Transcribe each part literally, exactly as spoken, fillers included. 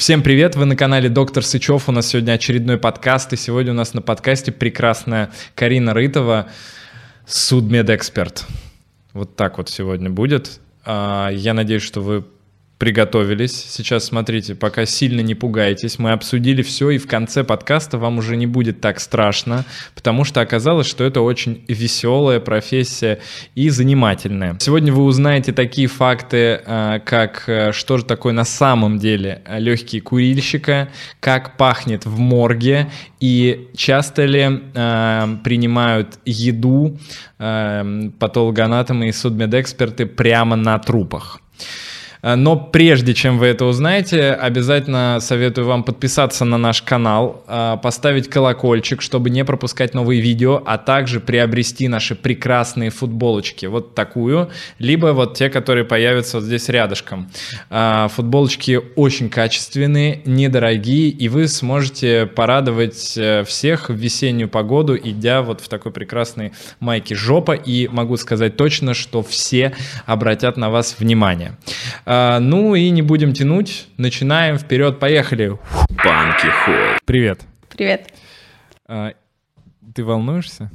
Всем привет, вы на канале Доктор Сычев, у нас сегодня очередной подкаст, и сегодня у нас на подкасте прекрасная Карина Рытова, судмедэксперт. Вот так вот сегодня будет. Я надеюсь, что вы приготовились. Сейчас смотрите, пока сильно не пугайтесь. Мы обсудили все, и в конце подкаста вам уже не будет так страшно, потому что оказалось, что это очень веселая профессия и занимательная. Сегодня вы узнаете такие факты, как что же такое на самом деле легкие курильщика, как пахнет в морге и часто ли принимают еду патологоанатомы и судмедэксперты прямо на трупах. Но прежде чем вы это узнаете, обязательно советую вам подписаться на наш канал, поставить колокольчик, чтобы не пропускать новые видео, а также приобрести наши прекрасные футболочки. Вот такую, либо вот те, которые появятся вот здесь рядышком. Футболочки очень качественные, недорогие, и вы сможете порадовать всех в весеннюю погоду, идя вот в такой прекрасной майке жопа. И могу сказать точно, что все обратят на вас внимание. Ну и не будем тянуть, начинаем, вперед, поехали. Банки Холл. Привет. Привет. А, ты волнуешься?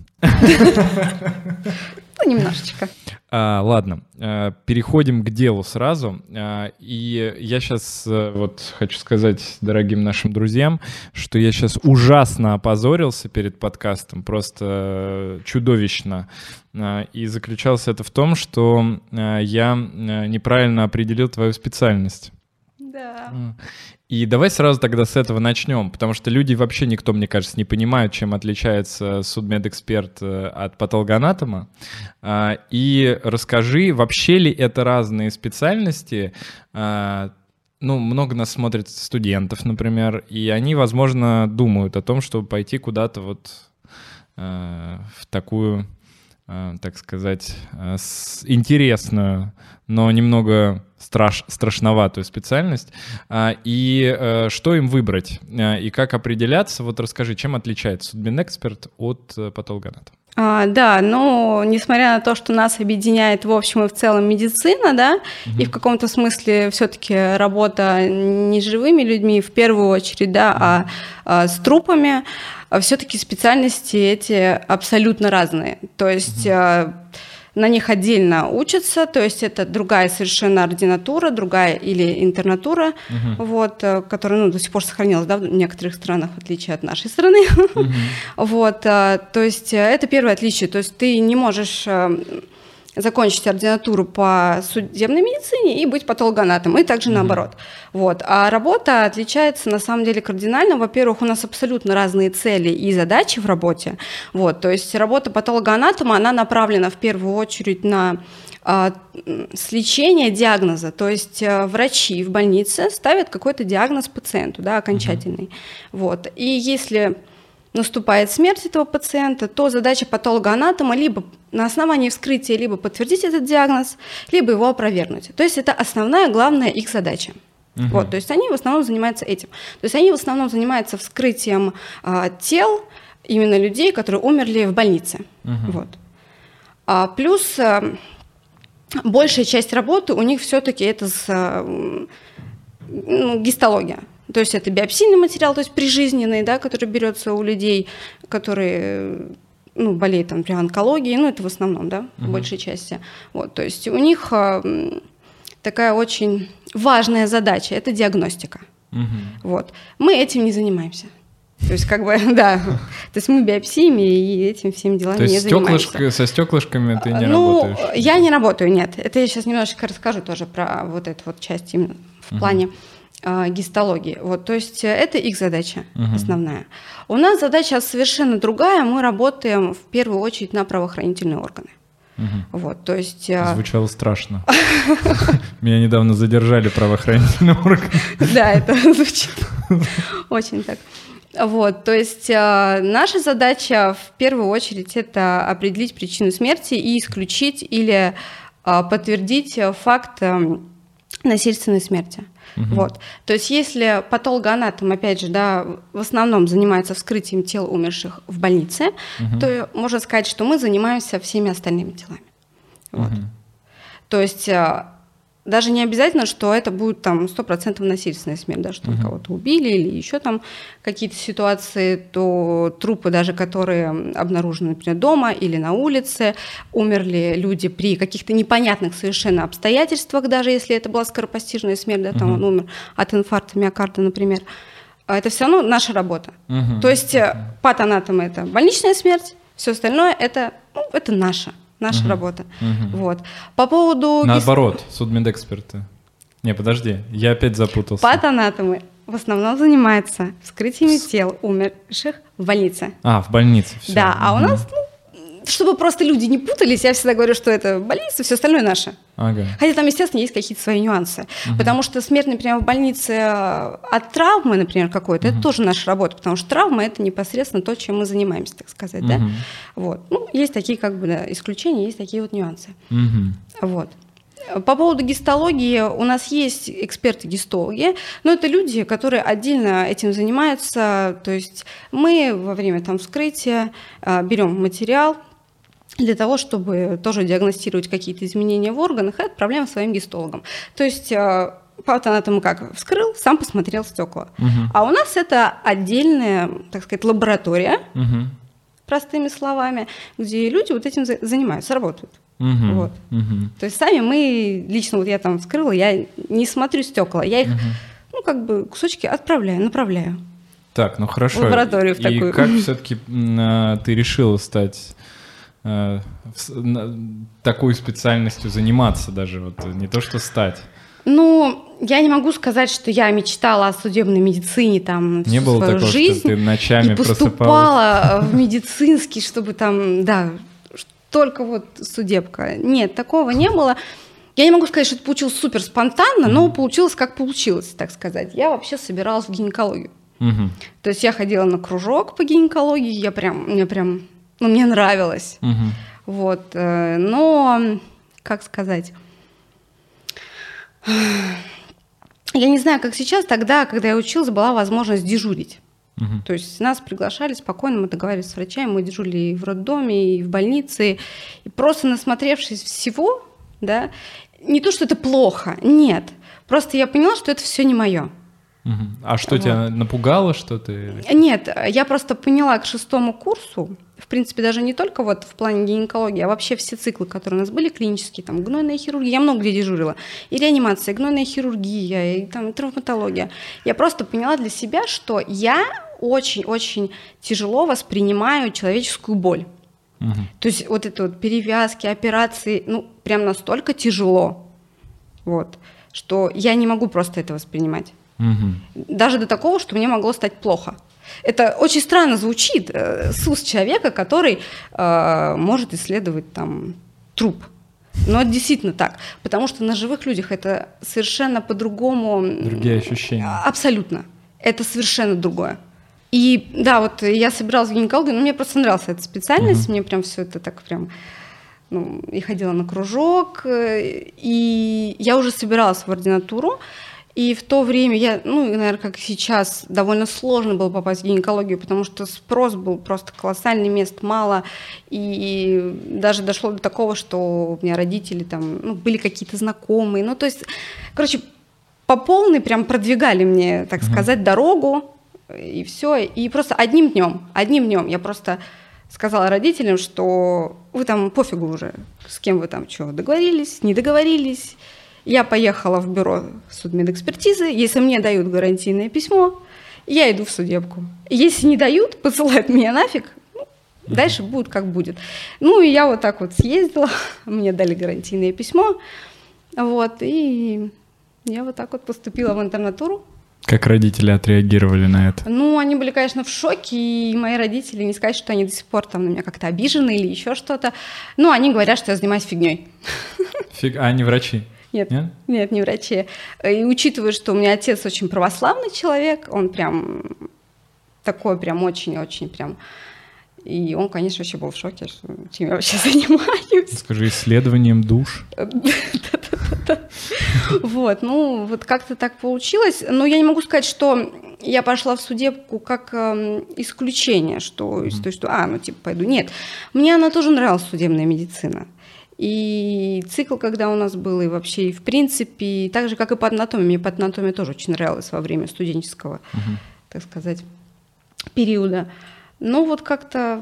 Ну, немножечко. А, ладно, а, переходим к делу сразу. А, и я сейчас вот хочу сказать дорогим нашим друзьям, что я сейчас ужасно опозорился перед подкастом, просто чудовищно. А, и заключалось это в том, что а, я неправильно определил твою специальность. Да. И давай сразу тогда с этого начнем, потому что люди вообще, никто, мне кажется, не понимают, чем отличается судмедэксперт от патологоанатома. И расскажи, вообще ли это разные специальности? Ну, много нас смотрит студентов, например, и они, возможно, думают о том, чтобы пойти куда-то вот в такую, так сказать, интересную, но немного страш, страшноватую специальность. И что им выбрать? И как определяться? Вот расскажи, чем отличается судмедэксперт от патологоанатома? А, да, ну, несмотря на то, что нас объединяет в общем и в целом медицина, да, угу. и в каком-то смысле все-таки работа не с живыми людьми, в первую очередь, да, угу. а, а с трупами, все-таки специальности эти абсолютно разные. То есть угу. на них отдельно учатся, то есть это другая совершенно ординатура, другая или интернатура, uh-huh. вот, которая ну, до сих пор сохранилась, да, в некоторых странах, в отличие от нашей страны. Uh-huh. вот, то есть это первое отличие, то есть ты не можешь закончить ординатуру по судебной медицине и быть патологоанатомом, и также mm-hmm. наоборот. Вот. А работа отличается на самом деле кардинально. Во-первых, у нас абсолютно разные цели и задачи в работе. Вот. То есть работа патологоанатома, она направлена в первую очередь на а, с лечения диагноза. То есть а, врачи в больнице ставят какой-то диагноз пациенту, да, окончательный. Mm-hmm. Вот. И если наступает смерть этого пациента, то задача патологоанатома либо на основании вскрытия либо подтвердить этот диагноз, либо его опровергнуть. То есть это основная, главная их задача. Uh-huh. Вот, то есть они в основном занимаются этим. То есть они в основном занимаются вскрытием а, тел именно людей, которые умерли в больнице. Uh-huh. Вот. А, плюс а, большая часть работы у них все-таки это с, а, ну, гистология. То есть это биопсийный материал, то есть прижизненный, да, который берется у людей, которые ну, болеют там, при онкологии, ну это в основном, да, в uh-huh. большей части. Вот, то есть у них а, такая очень важная задача – это диагностика. Uh-huh. Вот. Мы этим не занимаемся. То есть, как бы, да, то есть мы биопсиями и этим всеми делами не занимаемся. То есть со стеклышками ты не ну, работаешь? Я не работаю, нет. Это я сейчас немножечко расскажу тоже про вот эту вот часть именно в uh-huh. плане гистологии. Вот, то есть это их задача uh-huh. основная. У нас задача совершенно другая. Мы работаем в первую очередь на правоохранительные органы. Uh-huh. Вот, то есть... Звучало страшно. Меня недавно задержали правоохранительные органы. Да, это звучит очень так. Вот, то есть наша задача в первую очередь это определить причину смерти и исключить или подтвердить факт насильственной смерти. Uh-huh. Вот. То есть если патологоанатом, опять же, да, в основном занимается вскрытием тел умерших в больнице, uh-huh. то можно сказать, что мы занимаемся всеми остальными телами. Вот. Uh-huh. То есть Даже не обязательно, что это будет там сто процентов насильственная смерть, да, что uh-huh. кого-то убили или еще там какие-то ситуации, то трупы даже, которые обнаружены, например, дома или на улице, умерли люди при каких-то непонятных совершенно обстоятельствах, даже если это была скоропостижная смерть, да, там uh-huh. он умер от инфаркта миокарда, например, это все равно наша работа. Uh-huh. То есть uh-huh. патанатом это больничная смерть, все остальное это, ну, это наша. Наша угу. работа. Угу. Вот. По поводу... Наоборот, судмедэксперты. Не, подожди, я опять запутался. Патанатомы в основном занимаются вскрытиями С... тел умерших в больнице. А, в больнице. Все. Да, угу. а у нас, ну, чтобы просто люди не путались, я всегда говорю, что это больница, все остальное наше. Ага. Хотя там, естественно, есть какие-то свои нюансы. Угу. Потому что смерть, например, в больнице от травмы, например, какой-то, угу. это тоже наша работа, потому что травма – это непосредственно то, чем мы занимаемся, так сказать. Угу. Да? Вот. Ну, есть такие как бы да, исключения, есть такие вот нюансы. Угу. Вот. По поводу гистологии, у нас есть эксперты-гистологи, но это люди, которые отдельно этим занимаются. То есть мы во время там, вскрытия берем материал для того, чтобы тоже диагностировать какие-то изменения в органах и отправляем своим гистологам. То есть патанатом как вскрыл, сам посмотрел стекла. Угу. А у нас это отдельная, так сказать, лаборатория, угу. простыми словами, где люди вот этим занимаются, работают. Угу, вот. угу. То есть сами мы, лично вот я там вскрыла, я не смотрю стекла, я их, угу. ну, как бы кусочки отправляю, направляю. Так, ну хорошо. В лабораторию в И такую. как все-таки э, ты решила стать э, в, на, такой специальностью заниматься даже, вот не то что стать? Ну, я не могу сказать, что я мечтала о судебной медицине там всю не было свою такого, жизнь. Что ты ночами и поступала в медицинский, чтобы там, да, только вот судебка. Нет, такого не было. Я не могу сказать, что это получилось супер спонтанно, mm-hmm. но получилось как получилось, так сказать. Я вообще собиралась в гинекологию. Mm-hmm. То есть я ходила на кружок по гинекологии, я прям, мне прям, ну, мне нравилось. Mm-hmm. Вот, но, как сказать... Я не знаю, как сейчас, тогда, когда я училась, была возможность дежурить. Uh-huh. То есть нас приглашали спокойно, мы договаривались с врачами, мы дежурили и в роддоме, и в больнице. И просто насмотревшись всего, да, не то, что это плохо, нет. Просто я поняла, что это все не мое. Uh-huh. А что вот. Тебя напугало, что ты... Нет, я просто поняла к шестому курсу, в принципе, даже не только вот в плане гинекологии, а вообще все циклы, которые у нас были клинические, там гнойная хирургия, я много где дежурила, и реанимация, и гнойная хирургия, и там травматология. Я просто поняла для себя, что я очень-очень тяжело воспринимаю человеческую боль. Угу. То есть вот это вот перевязки, операции, ну, прям настолько тяжело, вот, что я не могу просто это воспринимать. Угу. Даже до такого, что мне могло стать плохо. Это очень странно звучит э, с уст человека, который э, может исследовать там труп. Но это действительно так, потому что на живых людях это совершенно по-другому. Другие ощущения. Абсолютно. Это совершенно другое. И да, вот я собиралась в гинекологию, но мне просто нравилась эта специальность, угу. мне прям все это так прям... Ну, и ходила на кружок, и я уже собиралась в ординатуру. И в то время я, ну, наверное, как сейчас, довольно сложно было попасть в гинекологию, потому что спрос был просто колоссальный, мест мало. И даже дошло до такого, что у меня родители там, ну, были какие-то знакомые. Ну, то есть, короче, по полной прям продвигали мне, так uh-huh. сказать, дорогу, и все. И просто одним днем, одним днем я просто сказала родителям, что вы там пофигу уже, с кем вы там что, договорились, не договорились. Я поехала в бюро судмедэкспертизы, если мне дают гарантийное письмо, я иду в судебку. Если не дают, посылают меня нафиг, ну, дальше будет как будет. Ну и я вот так вот съездила, мне дали гарантийное письмо, вот, и я вот так вот поступила в интернатуру. Как родители отреагировали на это? Ну, они были, конечно, в шоке, и мои родители, не сказать, что они до сих пор там на меня как-то обижены или еще что-то, но они говорят, что я занимаюсь фигней. Фиг... А они врачи? Нет, нет, нет, не врачи. И учитывая, что у меня отец очень православный человек, он прям такой прям очень-очень прям... И он, конечно, вообще был в шоке, что, чем я вообще занимаюсь. Скажи, исследованием душ? Вот, ну, вот как-то так получилось. Но я не могу сказать, что я пошла в судебку как исключение, что, то есть, что, а, ну, типа, пойду. Нет, мне она тоже нравилась, судебная медицина. и цикл, когда у нас был, и вообще, и в принципе, и так же, как и патанатомия. Мне патанатомия тоже очень нравилась во время студенческого, угу. так сказать, периода. Но вот как-то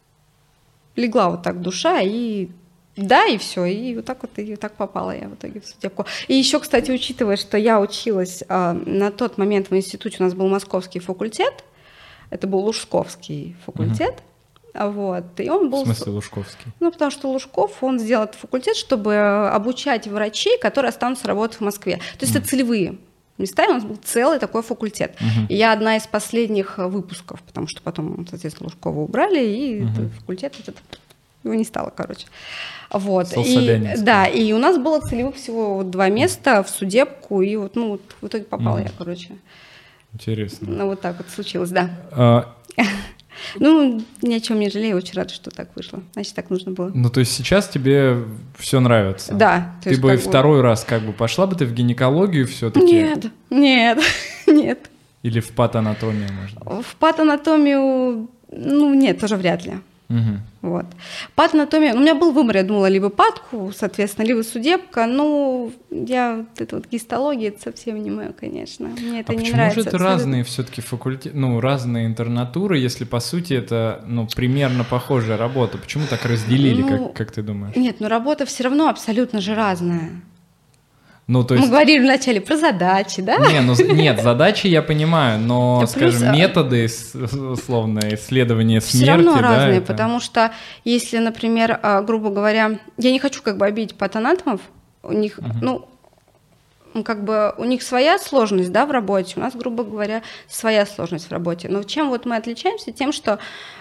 легла вот так душа, и да, и все, и вот так вот, и вот так попала я в итоге в судебку. И еще, кстати, учитывая, что я училась а, на тот момент в институте, у нас был московский факультет, это был Лужковский факультет, угу. вот, и он был... В смысле Лужковский? Ну, потому что Лужков, он сделал этот факультет, чтобы обучать врачей, которые останутся работать в Москве. То есть угу. это целевые места, и у нас был целый такой факультет. Угу. И я одна из последних выпусков, потому что потом, соответственно, Лужкова убрали, и угу. этот факультет этот, его не стало, короче. Вот. И, да, и у нас было целевых всего вот два места в судебку, и вот, ну, вот в итоге попала угу. я, короче. Интересно. Ну, вот так вот случилось, да. А... Ну, ни о чем не жалею, очень рада, что так вышло. Значит, так нужно было. Ну, то есть сейчас тебе все нравится? Да. Ты бы второй бы... раз как бы пошла бы ты в гинекологию все-таки? Нет, нет, нет. Или в патанатомию, может быть? В патанатомию, ну, нет, тоже вряд ли. Угу. Вот. Патанатомия, ну, у меня был выбор, я думала, либо патку, соответственно, либо судебка, но я вот это вот гистология, это совсем не мое, конечно, мне это а не почему нравится. Почему же это абсолютно. Разные все-таки факультеты, ну, разные интернатуры, если по сути это, ну, примерно похожая работа, почему так разделили, ну, как, как ты думаешь? Нет, ну, работа все равно абсолютно же разная. Ну, то есть... Мы говорили вначале про задачи, да? Не, ну, нет, задачи я понимаю, но, да, скажем, плюс... методы, условно, исследования смерти... Все равно да, разные, это... потому что если, например, грубо говоря, я не хочу как бы обидеть патанатомов, у них, uh-huh. ну, как бы у них своя сложность, да, в работе, у нас, грубо говоря, своя сложность в работе. Но чем вот мы отличаемся? Тем, что...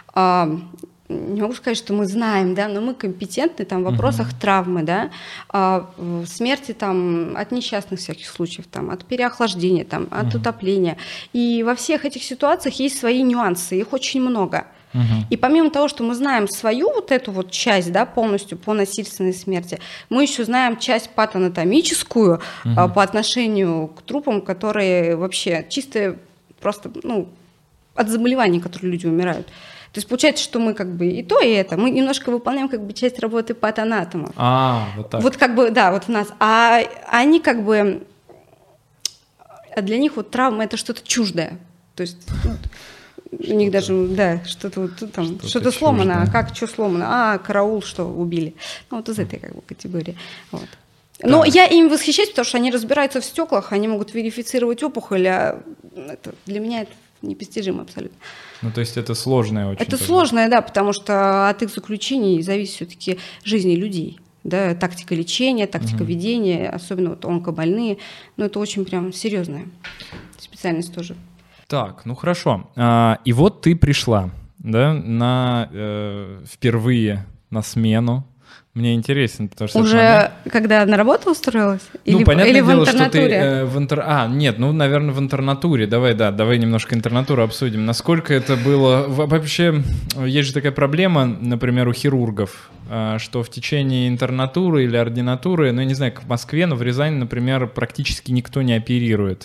Не могу сказать, что мы знаем, да, но мы компетентны там, в вопросах uh-huh. травмы, да, а, смерти там, от несчастных всяких случаев, там, от переохлаждения, там, uh-huh. от утопления. И во всех этих ситуациях есть свои нюансы, их очень много. Uh-huh. И помимо того, что мы знаем свою вот эту вот часть, да, полностью по насильственной смерти, мы еще знаем часть патанатомическую uh-huh. а, по отношению к трупам, которые вообще чисто просто, ну, от заболеваний, которые люди умирают. То есть получается, что мы как бы и то, и это. Мы немножко выполняем как бы часть работы патанатомов. А, вот так. Вот как бы, да, вот у нас. А они как бы... А для них вот травма – это что-то чуждое. То есть что-то... у них даже, да, что-то вот там, что-то, что-то сломано. А как, что сломано? А, караул, что убили. Ну, вот из этой как бы категории. Вот. Но да. я им восхищаюсь, потому что они разбираются в стеклах, они могут верифицировать опухоль, а это, для меня это непостижимо абсолютно. Ну, то есть это сложное очень. Это сложное, да, потому что от их заключений зависит все-таки жизни людей. Да, тактика лечения, тактика угу. ведения, особенно вот онкобольные. Но это очень прям серьезная специальность тоже. Так, ну хорошо. А, и вот ты пришла, да, на, э, впервые на смену. Мне интересно, потому что... Уже момент... когда на работу устроилась? Ну, или, понятное или в дело, интернатуре? Что ты, э, в интер... А, нет, ну, наверное, в интернатуре. Давай, да, давай немножко интернатуру обсудим. Насколько это было... Вообще, есть же такая проблема, например, у хирургов, что в течение интернатуры или ординатуры, ну, я не знаю, как в Москве, но в Рязани, например, практически никто не оперирует.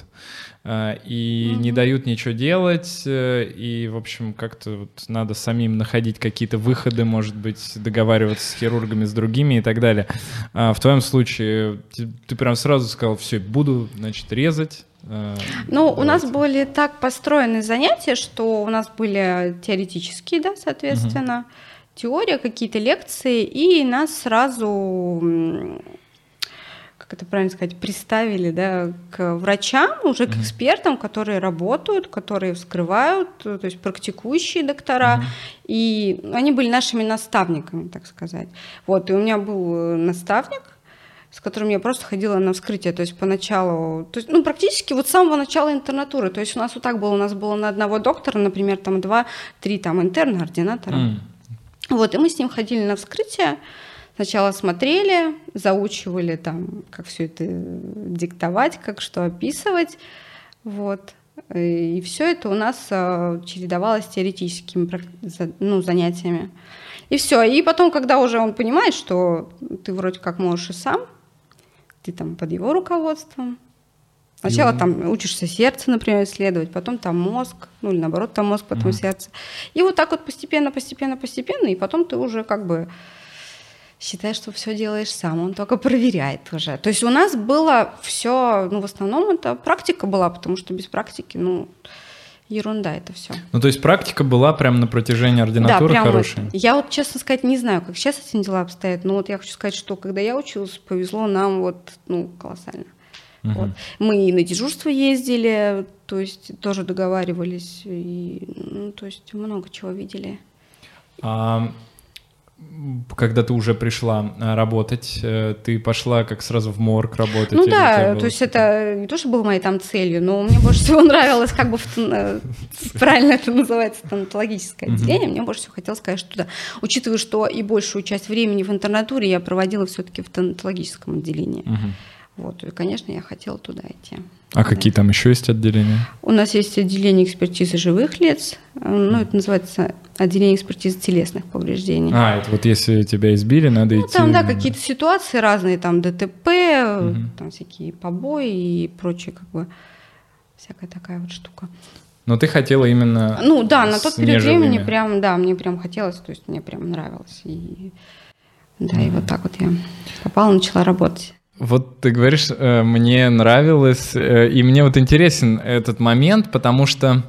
И mm-hmm. не дают ничего делать, и, в общем, как-то вот надо самим находить какие-то выходы, может быть, договариваться с хирургами, с другими и так далее. А в твоем случае ты, ты прям сразу сказал, все, буду, значит, резать. Ну, давайте. У нас были так построены занятия, что у нас были теоретические, да, соответственно, mm-hmm. теория, какие-то лекции, и нас сразу... как это правильно сказать, приставили, да, к врачам, уже к экспертам, которые работают, которые вскрывают, то есть практикующие доктора, uh-huh. и они были нашими наставниками, так сказать. Вот, и у меня был наставник, с которым я просто ходила на вскрытие, то есть поначалу, то есть, ну, практически вот с самого начала интернатуры, то есть у нас вот так было, у нас было на одного доктора, например, там два-три там интерна, ординатора. Uh-huh. Вот, и мы с ним ходили на вскрытие. Сначала смотрели, заучивали, там, как все это диктовать, как что описывать. Вот. И все это у нас чередовалось с теоретическими, ну, занятиями. И все. И потом, когда уже он понимает, что ты вроде как можешь и сам, ты там под его руководством. Сначала mm-hmm. там учишься сердце, например, исследовать, потом там мозг, ну или наоборот, там мозг, потом mm-hmm. сердце. И вот так вот постепенно, постепенно, постепенно, и потом ты уже как бы... считай, что все делаешь сам, он только проверяет уже. То есть у нас было все, ну, в основном это практика была, потому что без практики, ну, ерунда это все. Ну, то есть практика была прямо на протяжении ординатуры, да, хорошая? Вот, я вот, честно сказать, не знаю, как сейчас этим дела обстоят, но вот я хочу сказать, что когда я училась, повезло нам вот, ну, колоссально. Угу. Вот. Мы и на дежурство ездили, то есть тоже договаривались, и, ну, то есть много чего видели. А... Когда ты уже пришла работать, ты пошла как сразу в морг работать? Ну да, то есть это не то, что было моей там целью, но мне больше всего нравилось, как бы, правильно это называется, стоматологическое отделение, мне больше всего хотелось сказать, что туда. Учитывая, что и большую часть времени в интернатуре я проводила все-таки в стоматологическом отделении. Вот, и, конечно, я хотела туда идти. А да. Какие там еще есть отделения? У нас есть отделение экспертизы живых лиц, ну, это называется отделение экспертизы телесных повреждений. А, это вот если тебя избили, надо ну, идти... Там, да, какие-то ситуации разные, там ДТП, угу. Там всякие побои и прочее, как бы, всякая такая вот штука. Но ты хотела именно... Ну, да, на тот период времени прям, да, мне прям хотелось, то есть мне прям нравилось. И, да, угу. И вот так вот я попала, начала работать. Вот ты говоришь, мне нравилось, и мне вот интересен этот момент, потому что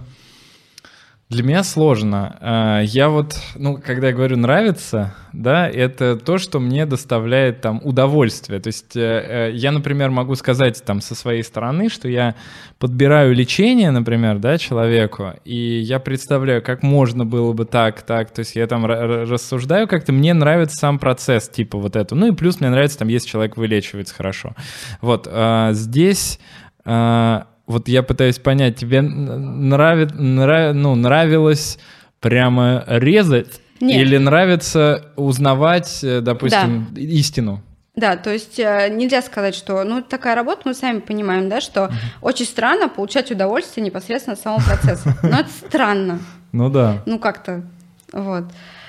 для меня сложно. Я вот, ну, когда я говорю «нравится», да, это то, что мне доставляет там удовольствие. То есть я, например, могу сказать там со своей стороны, что я подбираю лечение, например, да, человеку, и я представляю, как можно было бы так, так, то есть я там рассуждаю как-то, мне нравится сам процесс, типа вот это. Ну и плюс мне нравится там, если человек вылечивается хорошо. Вот, а здесь... А, вот я пытаюсь понять, тебе нравит, нрав, ну, нравилось прямо резать? Нет. Или нравится узнавать, допустим, да. истину? Да, то есть нельзя сказать, что ну такая работа, мы сами понимаем, да, что uh-huh. очень странно получать удовольствие непосредственно от самого процесса. Но это странно. Ну да. Ну как-то, вот.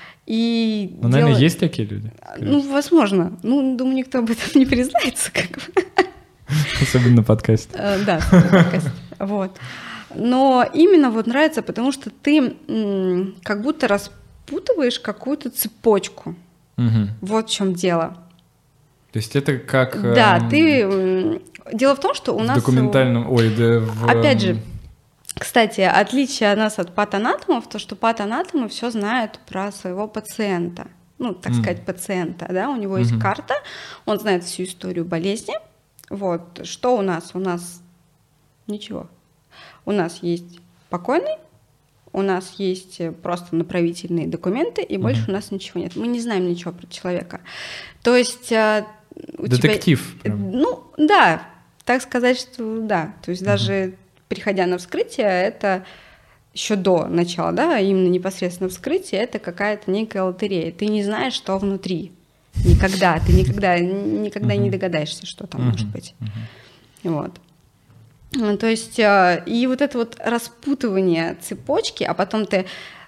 И ну, наверное, есть такие люди? Ну, возможно. Ну, думаю, никто об этом не признается, как бы. Особенно на подкасте. Да, особенно на подкасте. Вот. Но именно вот нравится, потому что ты м, как будто распутываешь какую-то цепочку. Угу. Вот в чем дело. То есть это как... Да, э, ты... Дело в том, что у в нас... В документальном... Ой, да в... Опять же, кстати, отличие от нас от патанатомов, то, что патанатомы все знают про своего пациента. Ну, так mm. сказать, пациента, да, у него mm-hmm. есть карта, он знает всю историю болезни. Вот, что у нас? У нас ничего. У нас есть покойный, у нас есть просто направительные документы, и mm-hmm. больше у нас ничего нет. Мы не знаем ничего про человека. То есть... У детектив. Тебя... Ну, да, так сказать, что да. То есть mm-hmm. даже приходя на вскрытие, это еще до начала, да, именно непосредственно вскрытие, это какая-то некая лотерея. Ты не знаешь, что внутри. Никогда. Ты никогда, никогда uh-huh. не догадаешься, что там uh-huh. может быть. Uh-huh. Вот. То есть, и вот это вот распутывание цепочки, а потом ты,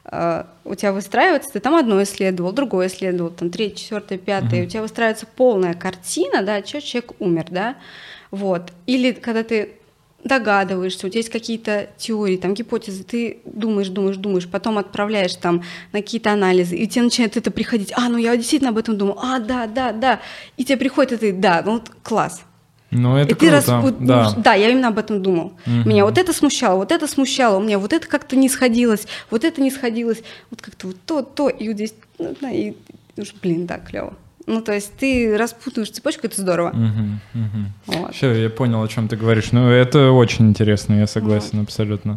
у тебя выстраивается, ты там одно исследовал, другое исследовал, там третье, четвертое, пятое, uh-huh. у тебя выстраивается полная картина, да, что человек умер, да, вот. Или когда ты догадываешься, у тебя есть какие-то теории, там, гипотезы, ты думаешь, думаешь, думаешь, потом отправляешь там на какие-то анализы, и тебе начинает это приходить, а, ну я действительно об этом думал, а, да, да, да, и тебе приходит это, да, ну вот класс. Ну это и круто, раз, вот, да. Ну, да, я именно об этом думал. Угу. Меня вот это смущало, вот это смущало, у меня вот это как-то не сходилось, вот это не сходилось, вот как-то вот то, то, и вот здесь, ну, да, и уж, блин, да, клево. Ну, то есть ты распутываешь цепочку, это здорово. Угу, угу. Вот. Все, я понял, о чем ты говоришь. Ну, это очень интересно, я согласен вот. Абсолютно.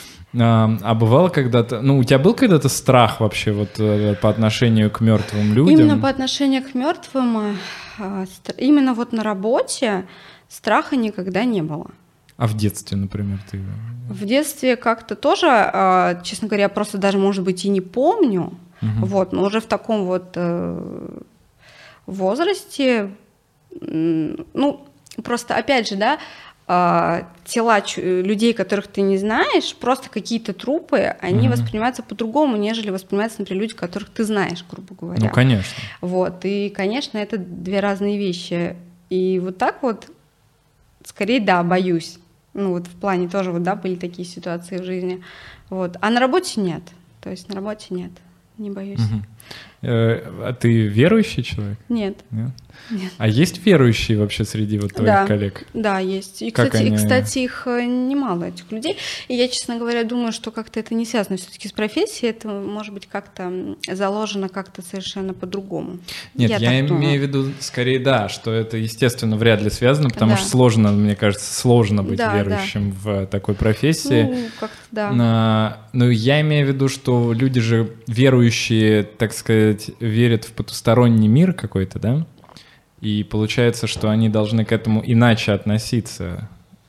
А, а бывало когда-то... Ну, у тебя был когда-то страх вообще вот по отношению к мертвым людям? Именно по отношению к мертвым, именно вот на работе страха никогда не было. А в детстве, например, ты... В детстве как-то тоже, честно говоря, просто даже, может быть, и не помню. Угу. Вот, но уже в таком вот... возрасте, ну, просто, опять же, да, тела людей, которых ты не знаешь, просто какие-то трупы, они mm-hmm. воспринимаются по-другому, нежели воспринимаются, например, люди, которых ты знаешь, грубо говоря. Ну, конечно. Вот, и, конечно, это две разные вещи. И вот так вот, скорее, да, боюсь. Ну, вот в плане тоже, вот, да, были такие ситуации в жизни. Вот. А на работе нет. То есть на работе нет. Не боюсь. Угу. А ты верующий человек? Нет. Нет? Нет. А есть верующие вообще среди вот твоих да, коллег? Да, есть. И, как кстати, они... и, кстати, их немало, этих людей. И я, честно говоря, думаю, что как-то это не связано все-таки с профессией, это, может быть, как-то заложено как-то совершенно по-другому. Нет, я, я имею думаю. в виду, скорее, да, что это, естественно, вряд ли связано, потому да. что сложно, мне кажется, сложно быть да, верующим да. в такой профессии. Ну, как-то да. Но, но я имею в виду, что люди же верующие, так сказать, верят в потусторонний мир какой-то, да? И получается, что они должны к этому иначе относиться.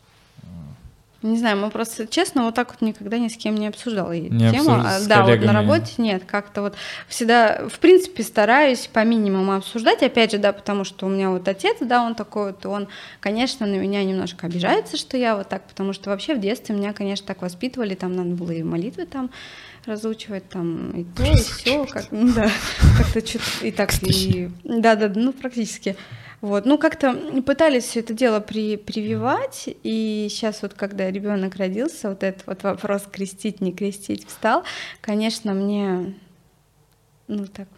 Не знаю, мы просто, честно, вот так вот никогда ни с кем не обсуждала не тему. А, да, коллегами. Вот на работе нет, как-то вот всегда, в принципе, стараюсь по минимуму обсуждать, опять же, да, потому что у меня вот отец, да, он такой вот, он, конечно, на меня немножко обижается, что я вот так, потому что вообще в детстве меня, конечно, так воспитывали, там надо было и молитвы там разучивать, там и то, и все, как, ну да, как-то что-то и так, и, да-да, ну практически. Вот. Ну, как-то пытались все это дело при, прививать, и сейчас вот, когда ребенок родился, вот этот вот вопрос крестить, не крестить встал, конечно, мне, ну, так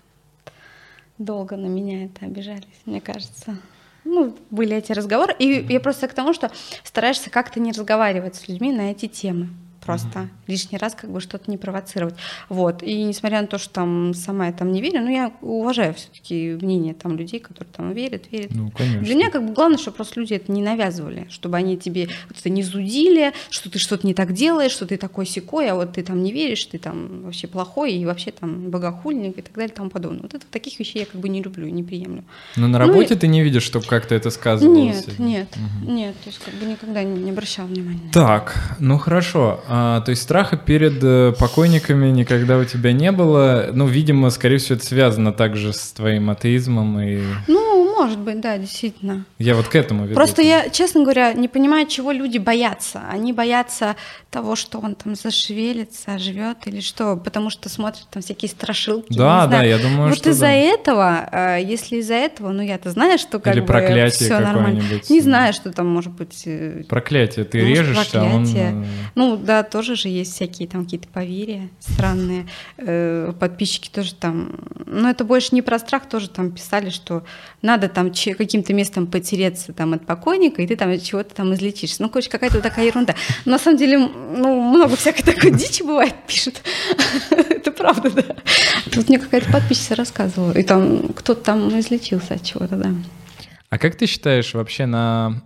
долго на меня это обижались, мне кажется. Ну, были эти разговоры, и я просто к тому, что стараешься как-то не разговаривать с людьми на эти темы. Просто mm-hmm. лишний раз как бы что-то не провоцировать. Вот. И несмотря на то, что там сама я там не верю, но я уважаю все-таки мнение там людей, которые там верят, верят. Ну, конечно. Для меня как бы главное, чтобы просто люди это не навязывали, чтобы они тебе вот это не зудили, что ты что-то не так делаешь, что ты такой сякой, а вот ты там не веришь, ты там вообще плохой и вообще там богохульник и так далее и тому подобное. Вот это таких вещей я как бы не люблю, не приемлю. Но на работе ну, ты не видишь, чтобы как-то это сказывалось? Нет, нет, угу. нет, то есть как бы никогда не, не обращала внимания. Так, ну хорошо. А, то есть страха перед э, покойниками никогда у тебя не было. Ну, видимо, скорее всего, это связано также с твоим атеизмом и... Ну, может быть, да, действительно. Я вот к этому веду. Просто я, честно говоря, не понимаю, чего люди боятся. Они боятся того, что он там зашевелится, живет или что, потому что смотрят там всякие страшилки. Да, да, я думаю, вот что из-за да. этого, если из-за этого, ну я-то знаю, что как или бы проклятие все нормально. Не знаю, что там может быть. Проклятие, ты может, режешься, проклятие. а он... Ну да, тоже же есть всякие там какие-то поверья странные. Подписчики тоже там, но это больше не про страх, тоже там писали, что надо там каким-то местом потереться там от покойника, и ты там чего-то там излечишься. Ну, короче, какая-то такая ерунда. Но на самом деле, ну, много всякой такой дичи бывает, пишут. Это правда, да. Тут мне какая-то подписчица рассказывала, и там кто-то там излечился от чего-то, да. А как ты считаешь, вообще на...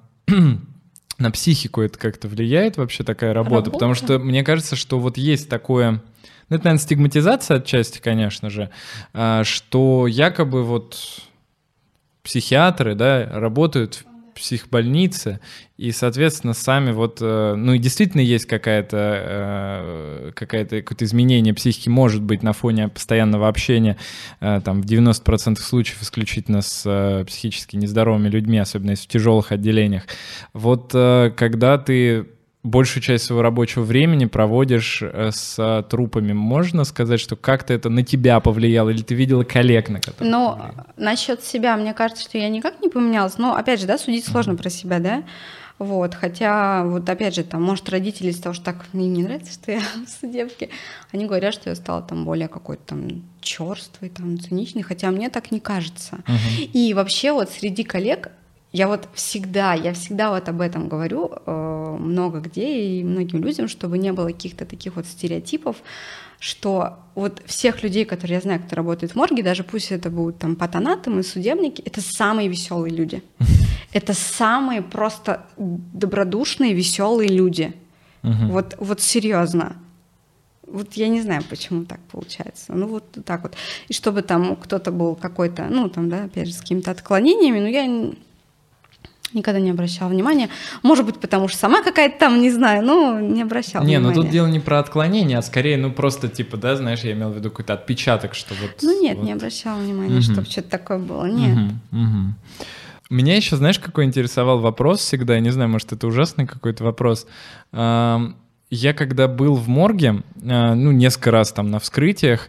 на психику это как-то влияет вообще такая работа? Работа? Потому что мне кажется, что вот есть такое... Ну, это, наверное, стигматизация отчасти, конечно же, что якобы вот психиатры, да, работают в психбольнице, и, соответственно, сами вот, ну и действительно есть какая-то, какая-то, какое-то изменение психики может быть на фоне постоянного общения, там, в девяноста процентах случаев исключительно с психически нездоровыми людьми, особенно если в тяжелых отделениях. Вот когда ты большую часть своего рабочего времени проводишь с трупами, можно сказать, что как-то это на тебя повлияло, или ты видела коллег, на которых? Ну, насчет себя, мне кажется, что я никак не поменялась, но, опять же, да, судить сложно mm-hmm. про себя, да, вот, хотя, вот, опять же, там, может, родители из-за того, что так мне не нравится, что я в судебке, они говорят, что я стала там более какой-то там чёрствой, там, циничной, хотя мне так не кажется. Mm-hmm. И вообще вот среди коллег я вот всегда, я всегда вот об этом говорю э, много где и многим людям, чтобы не было каких-то таких вот стереотипов, что вот всех людей, которые я знаю, кто работает в морге, даже пусть это будут там патонатомы и судебники, это самые веселые люди. Это самые просто добродушные, веселые люди. Вот, вот серьезно. Вот я не знаю, почему так получается. Ну вот так вот. И чтобы там кто-то был какой-то, ну там, да, опять же, с какими-то отклонениями, но я никогда не обращала внимания. Может быть, потому что сама какая-то там, не знаю, но не обращала не, внимания. Не, ну тут дело не про отклонение, а скорее, ну просто типа, да, знаешь, я имел в виду какой-то отпечаток, что вот... Ну нет, вот... не обращала внимания, угу. чтобы что-то такое было, нет. Угу, угу. Меня еще, знаешь, какой интересовал вопрос всегда, я не знаю, может, это ужасный какой-то вопрос. Я когда был в морге, ну, несколько раз там на вскрытиях,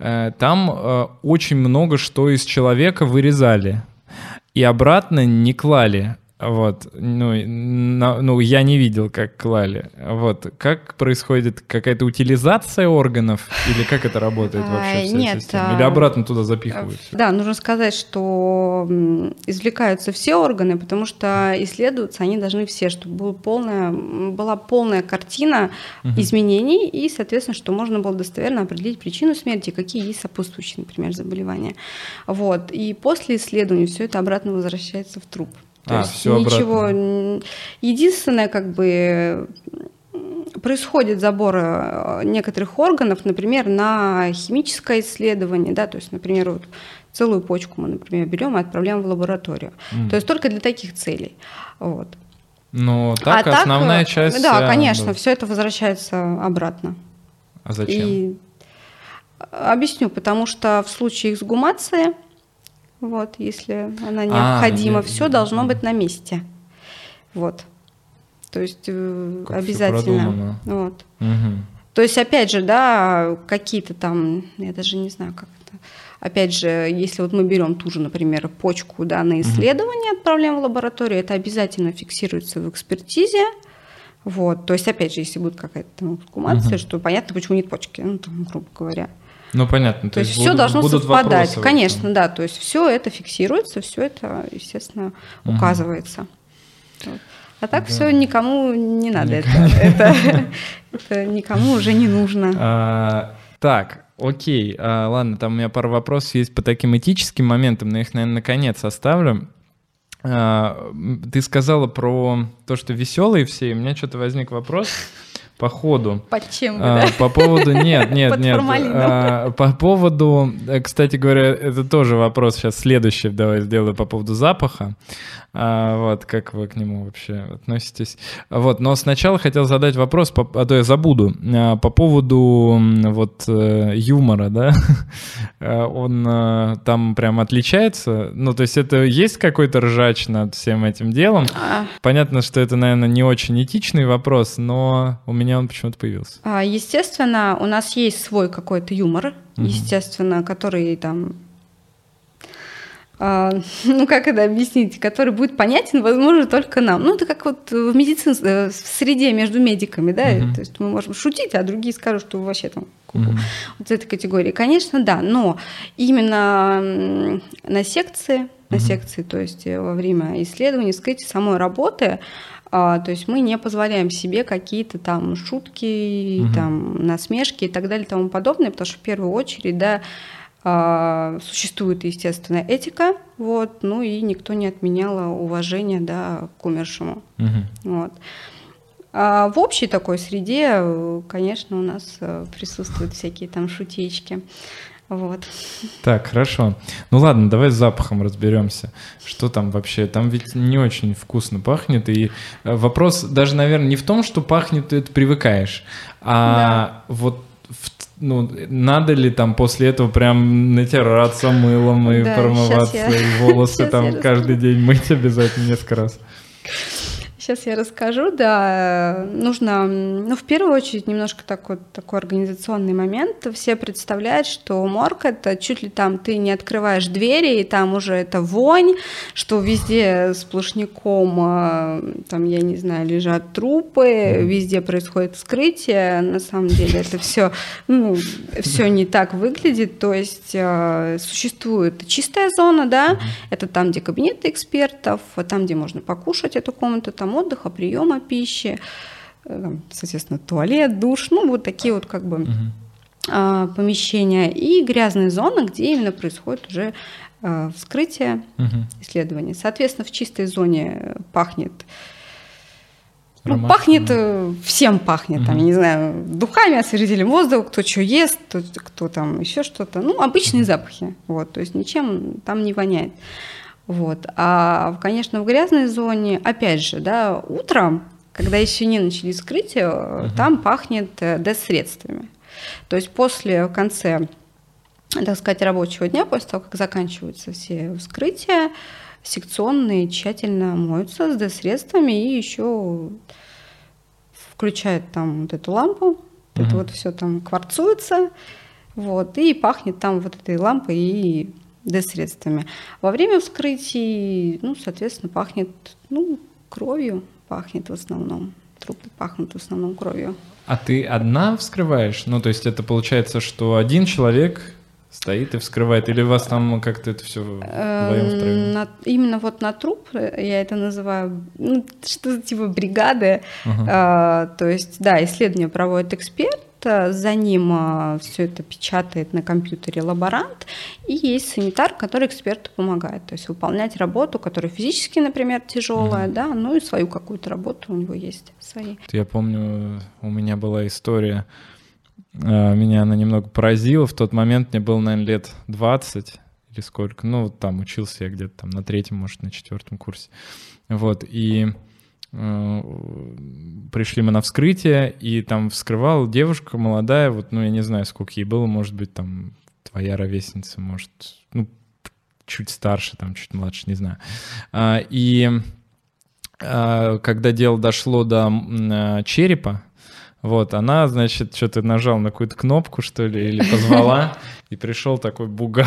там очень много что из человека вырезали и обратно не клали. Вот, ну, на, ну, я не видел, как клали. Вот, как происходит какая-то утилизация органов или как это работает вообще вся Нет, система? Или обратно туда запихивают? Да, нужно сказать, что извлекаются все органы, потому что исследоваться они должны все, чтобы была полная, была полная картина угу. изменений и, соответственно, что можно было достоверно определить причину смерти, какие есть сопутствующие, например, заболевания. Вот, и после исследования все это обратно возвращается в труп. То а, есть все ничего. Обратно. Единственное, как бы происходит забор некоторых органов, например, на химическое исследование, да, то есть, например, вот целую почку мы, например, берем и отправляем в лабораторию. Mm. То есть только для таких целей. Вот. Ну, так а основная так, часть. Да, конечно, да. Все это возвращается обратно. А зачем? И объясню, потому что в случае эксгумации, вот, если она необходима, а, все я... должно быть на месте. Вот. То есть как обязательно. Вот. Угу. То есть, опять же, да, какие-то там, я даже не знаю, как это. Опять же, если вот мы берем ту же, например, почку, да, на исследование, угу. отправляем в лабораторию, это обязательно фиксируется в экспертизе. Вот. То есть, опять же, если будет какая-то там эксгумация, угу. что понятно, почему нет почки, ну, там, грубо говоря. Ну, понятно. То, то есть, есть все должно будут совпадать. Вопросы, конечно, да. То есть, все это фиксируется, все это, естественно, угу. указывается. Вот. А так да. все никому не надо. Это, это, это никому уже не нужно. А, так, окей. А, ладно, там у меня пару вопросов есть по таким этическим моментам, но их, наверное, наконец оставлю. А, ты сказала про то, что веселые все, и у меня что-то возник вопрос. По ходу. Под чем вы, а, да? По поводу... Нет, нет, Под нет. А, по поводу... Кстати говоря, это тоже вопрос сейчас следующий, давай сделаю по поводу запаха. А, вот, как вы к нему вообще относитесь? Вот, но сначала хотел задать вопрос, по, а то я забуду, а, по поводу вот юмора, да? Он а, там прям отличается? Ну, то есть это есть какой-то ржач над всем этим делом? А... Понятно, что это, наверное, не очень этичный вопрос, но у меня он почему-то появился. Естественно, у нас есть свой какой-то юмор, угу. естественно, который там, э, ну как это объяснить, который будет понятен, возможно, только нам. Ну это как вот в медицинской в среде между медиками, да, угу. то есть мы можем шутить, а другие скажут, что вообще там ку-ку. Угу. Вот в этой категории. Конечно, да, но именно на секции, на угу. секции, то есть во время исследований, вскрытия самой работы, А, то есть мы не позволяем себе какие-то там шутки, угу. там, насмешки и так далее и тому подобное, потому что в первую очередь, да, а, существует, естественно, этика, вот, ну и никто не отменял уважение, да, к умершему. Угу. Вот. А в общей такой среде, конечно, у нас присутствуют всякие там шутечки. Вот. Так, хорошо. Ну ладно, давай с запахом разберемся. Что там вообще? Там ведь не очень вкусно пахнет. И вопрос даже, наверное, не в том, что пахнет, ты это привыкаешь, а да. вот ну, надо ли там после этого прям натираться мылом и да, промываться, я... и волосы там каждый день мыть обязательно несколько раз? Сейчас я расскажу, да, нужно, ну, в первую очередь, немножко такой, такой организационный момент. Все представляют, что морг — это чуть ли там ты не открываешь двери, и там уже это вонь, что везде сплошняком, там, я не знаю, лежат трупы, везде происходит вскрытие. На самом деле это все, ну, все не так выглядит. То есть существует чистая зона, да, это там, где кабинеты экспертов, там, где можно покушать эту комнату, там отдыха, приема пищи, соответственно, туалет, душ, ну, вот такие вот как бы uh-huh. помещения. И грязные зоны, где именно происходит уже вскрытие, uh-huh. исследование. Соответственно, в чистой зоне пахнет, ну, пахнет, всем пахнет, uh-huh. там, я не знаю, духами, освежителем воздуха, кто что ест, кто, кто там еще что-то. Ну, обычные uh-huh. запахи, вот, то есть ничем там не воняет. Вот. А, конечно, в грязной зоне, опять же, да, утром, когда еще не начали вскрытие, uh-huh. там пахнет ДЭС-средствами. То есть после, в конце, так сказать, рабочего дня, после того, как заканчиваются все вскрытия, секционные тщательно моются с ДЭС-средствами и еще включают там вот эту лампу, uh-huh. это вот все там кварцуется, вот, и пахнет там вот этой лампой и ДЭС-средствами. Во время вскрытий, ну, соответственно, пахнет, ну, кровью, пахнет в основном. Трупы пахнут в основном кровью. А ты одна вскрываешь? Ну, то есть это получается, что один человек стоит и вскрывает, или у вас там как-то это все вдвоем втроем? На, именно вот на труп, я это называю, ну, что-то типа бригады. Uh-huh. А, то есть, да, исследование проводит эксперт, за ним а, все это печатает на компьютере лаборант, и есть санитар, который эксперту помогает, то есть выполнять работу, которая физически, например, тяжелая, uh-huh. да, ну и свою какую-то работу у него есть свои. Я помню, у меня была история. Меня она немного поразила. В тот момент мне было, наверное, лет двадцать или сколько. Ну, там учился я где-то там на третьем, может, на четвертом курсе. Вот, и э, пришли мы на вскрытие, и там вскрывала девушка молодая, вот, ну, я не знаю, сколько ей было, может быть, там, твоя ровесница, может, ну, чуть старше, там, чуть младше, не знаю. А, и а, когда дело дошло до а, черепа, вот, она, значит, что-то нажала на какую-то кнопку, что ли, или позвала, и пришел такой бугай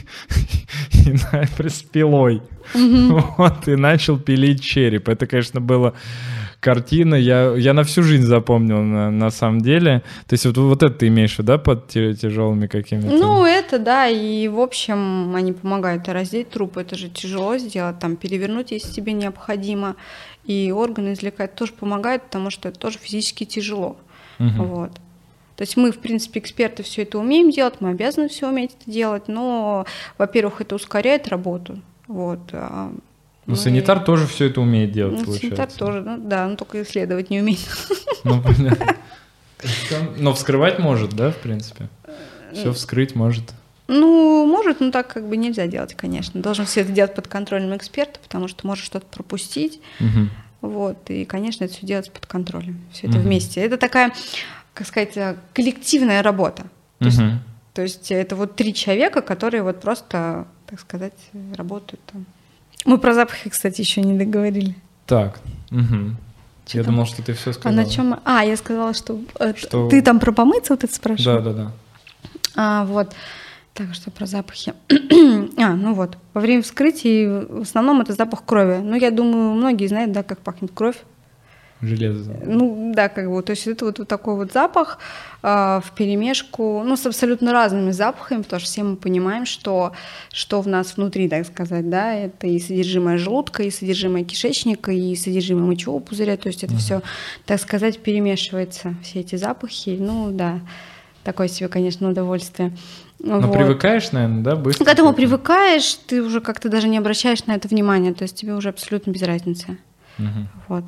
с пилой, вот, и начал пилить череп. Это, конечно, была картина, я, я на всю жизнь запомнил, на, на самом деле. То есть вот, вот это ты имеешь в виду, да, под тяжелыми какими-то? Ну, это, да, и, в общем, они помогают раздеть труп, это же тяжело сделать, там, перевернуть, если тебе необходимо. И органы извлекать тоже помогает, потому что это тоже физически тяжело. Uh-huh. Вот. То есть мы, в принципе, эксперты все это умеем делать, мы обязаны все уметь это делать, но, во-первых, это ускоряет работу. Вот. А ну, мы... санитар тоже все это умеет делать, ну, получается. Санитар тоже, ну, да, но только исследовать не умеет. Ну, понятно. Но вскрывать может, да, в принципе? Все вскрыть может. Ну, может, но так как бы нельзя делать, конечно. Должен все это делать под контролем эксперта, потому что может что-то пропустить. Угу. Вот, и, конечно, это все делать под контролем. Все это угу. вместе. Это такая, как сказать, коллективная работа. То, угу. есть, то есть это вот три человека, которые вот просто, так сказать, работают там. Мы про запахи, кстати, еще не договорили. Так, угу. Я там? думал, что ты все сказала. А на чем? А, я сказала, что, что... ты там про помыться вот это спрашивала? Да, да, да. А, вот. Так, что про запахи. а, ну вот. Во время вскрытий в основном это запах крови. Ну, я думаю, многие знают, да, как пахнет кровь. Железо. Ну, да, как бы. То есть это вот, вот такой вот запах э, вперемешку, ну, с абсолютно разными запахами, потому что все мы понимаем, что, что в нас внутри, так сказать, да, это и содержимое желудка, и содержимое кишечника, и содержимое мочевого пузыря. То есть это uh-huh. все, так сказать, перемешивается, все эти запахи. Ну, да, такое себе, конечно, удовольствие. Но вот. Привыкаешь, наверное, да, быстро? К этому привыкаешь, ты уже как-то даже не обращаешь на это внимания, то есть тебе уже абсолютно без разницы. Угу. Вот.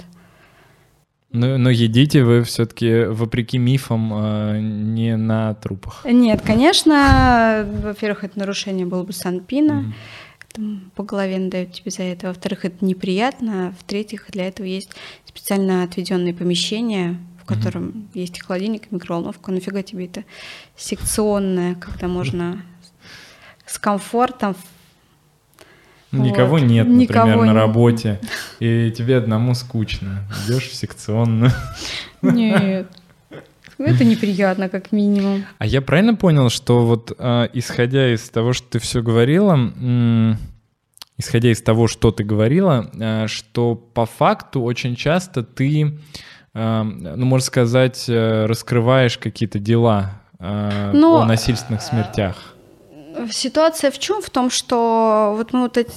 Но, но едите вы все-таки, вопреки мифам, не на трупах? Нет, конечно. Во-первых, это нарушение было бы санпина. Угу. Там по голове надают тебе за это. Во-вторых, это неприятно. В-третьих, для этого есть специально отведенные помещения, в котором mm-hmm. есть холодильник, микроволновка. Нафига тебе это секционное, когда можно с комфортом. Никого вот. Нет, Никого например, нет. На работе, и тебе одному скучно. Идешь в секционную. Нет, это неприятно, как минимум. А я правильно понял, что вот э, исходя из того, что ты все говорила, м- исходя из того, что ты говорила, э, что по факту очень часто ты ну, можно сказать, раскрываешь какие-то дела Но, о насильственных смертях? Ситуация в чем? В том, что вот мы вот эти,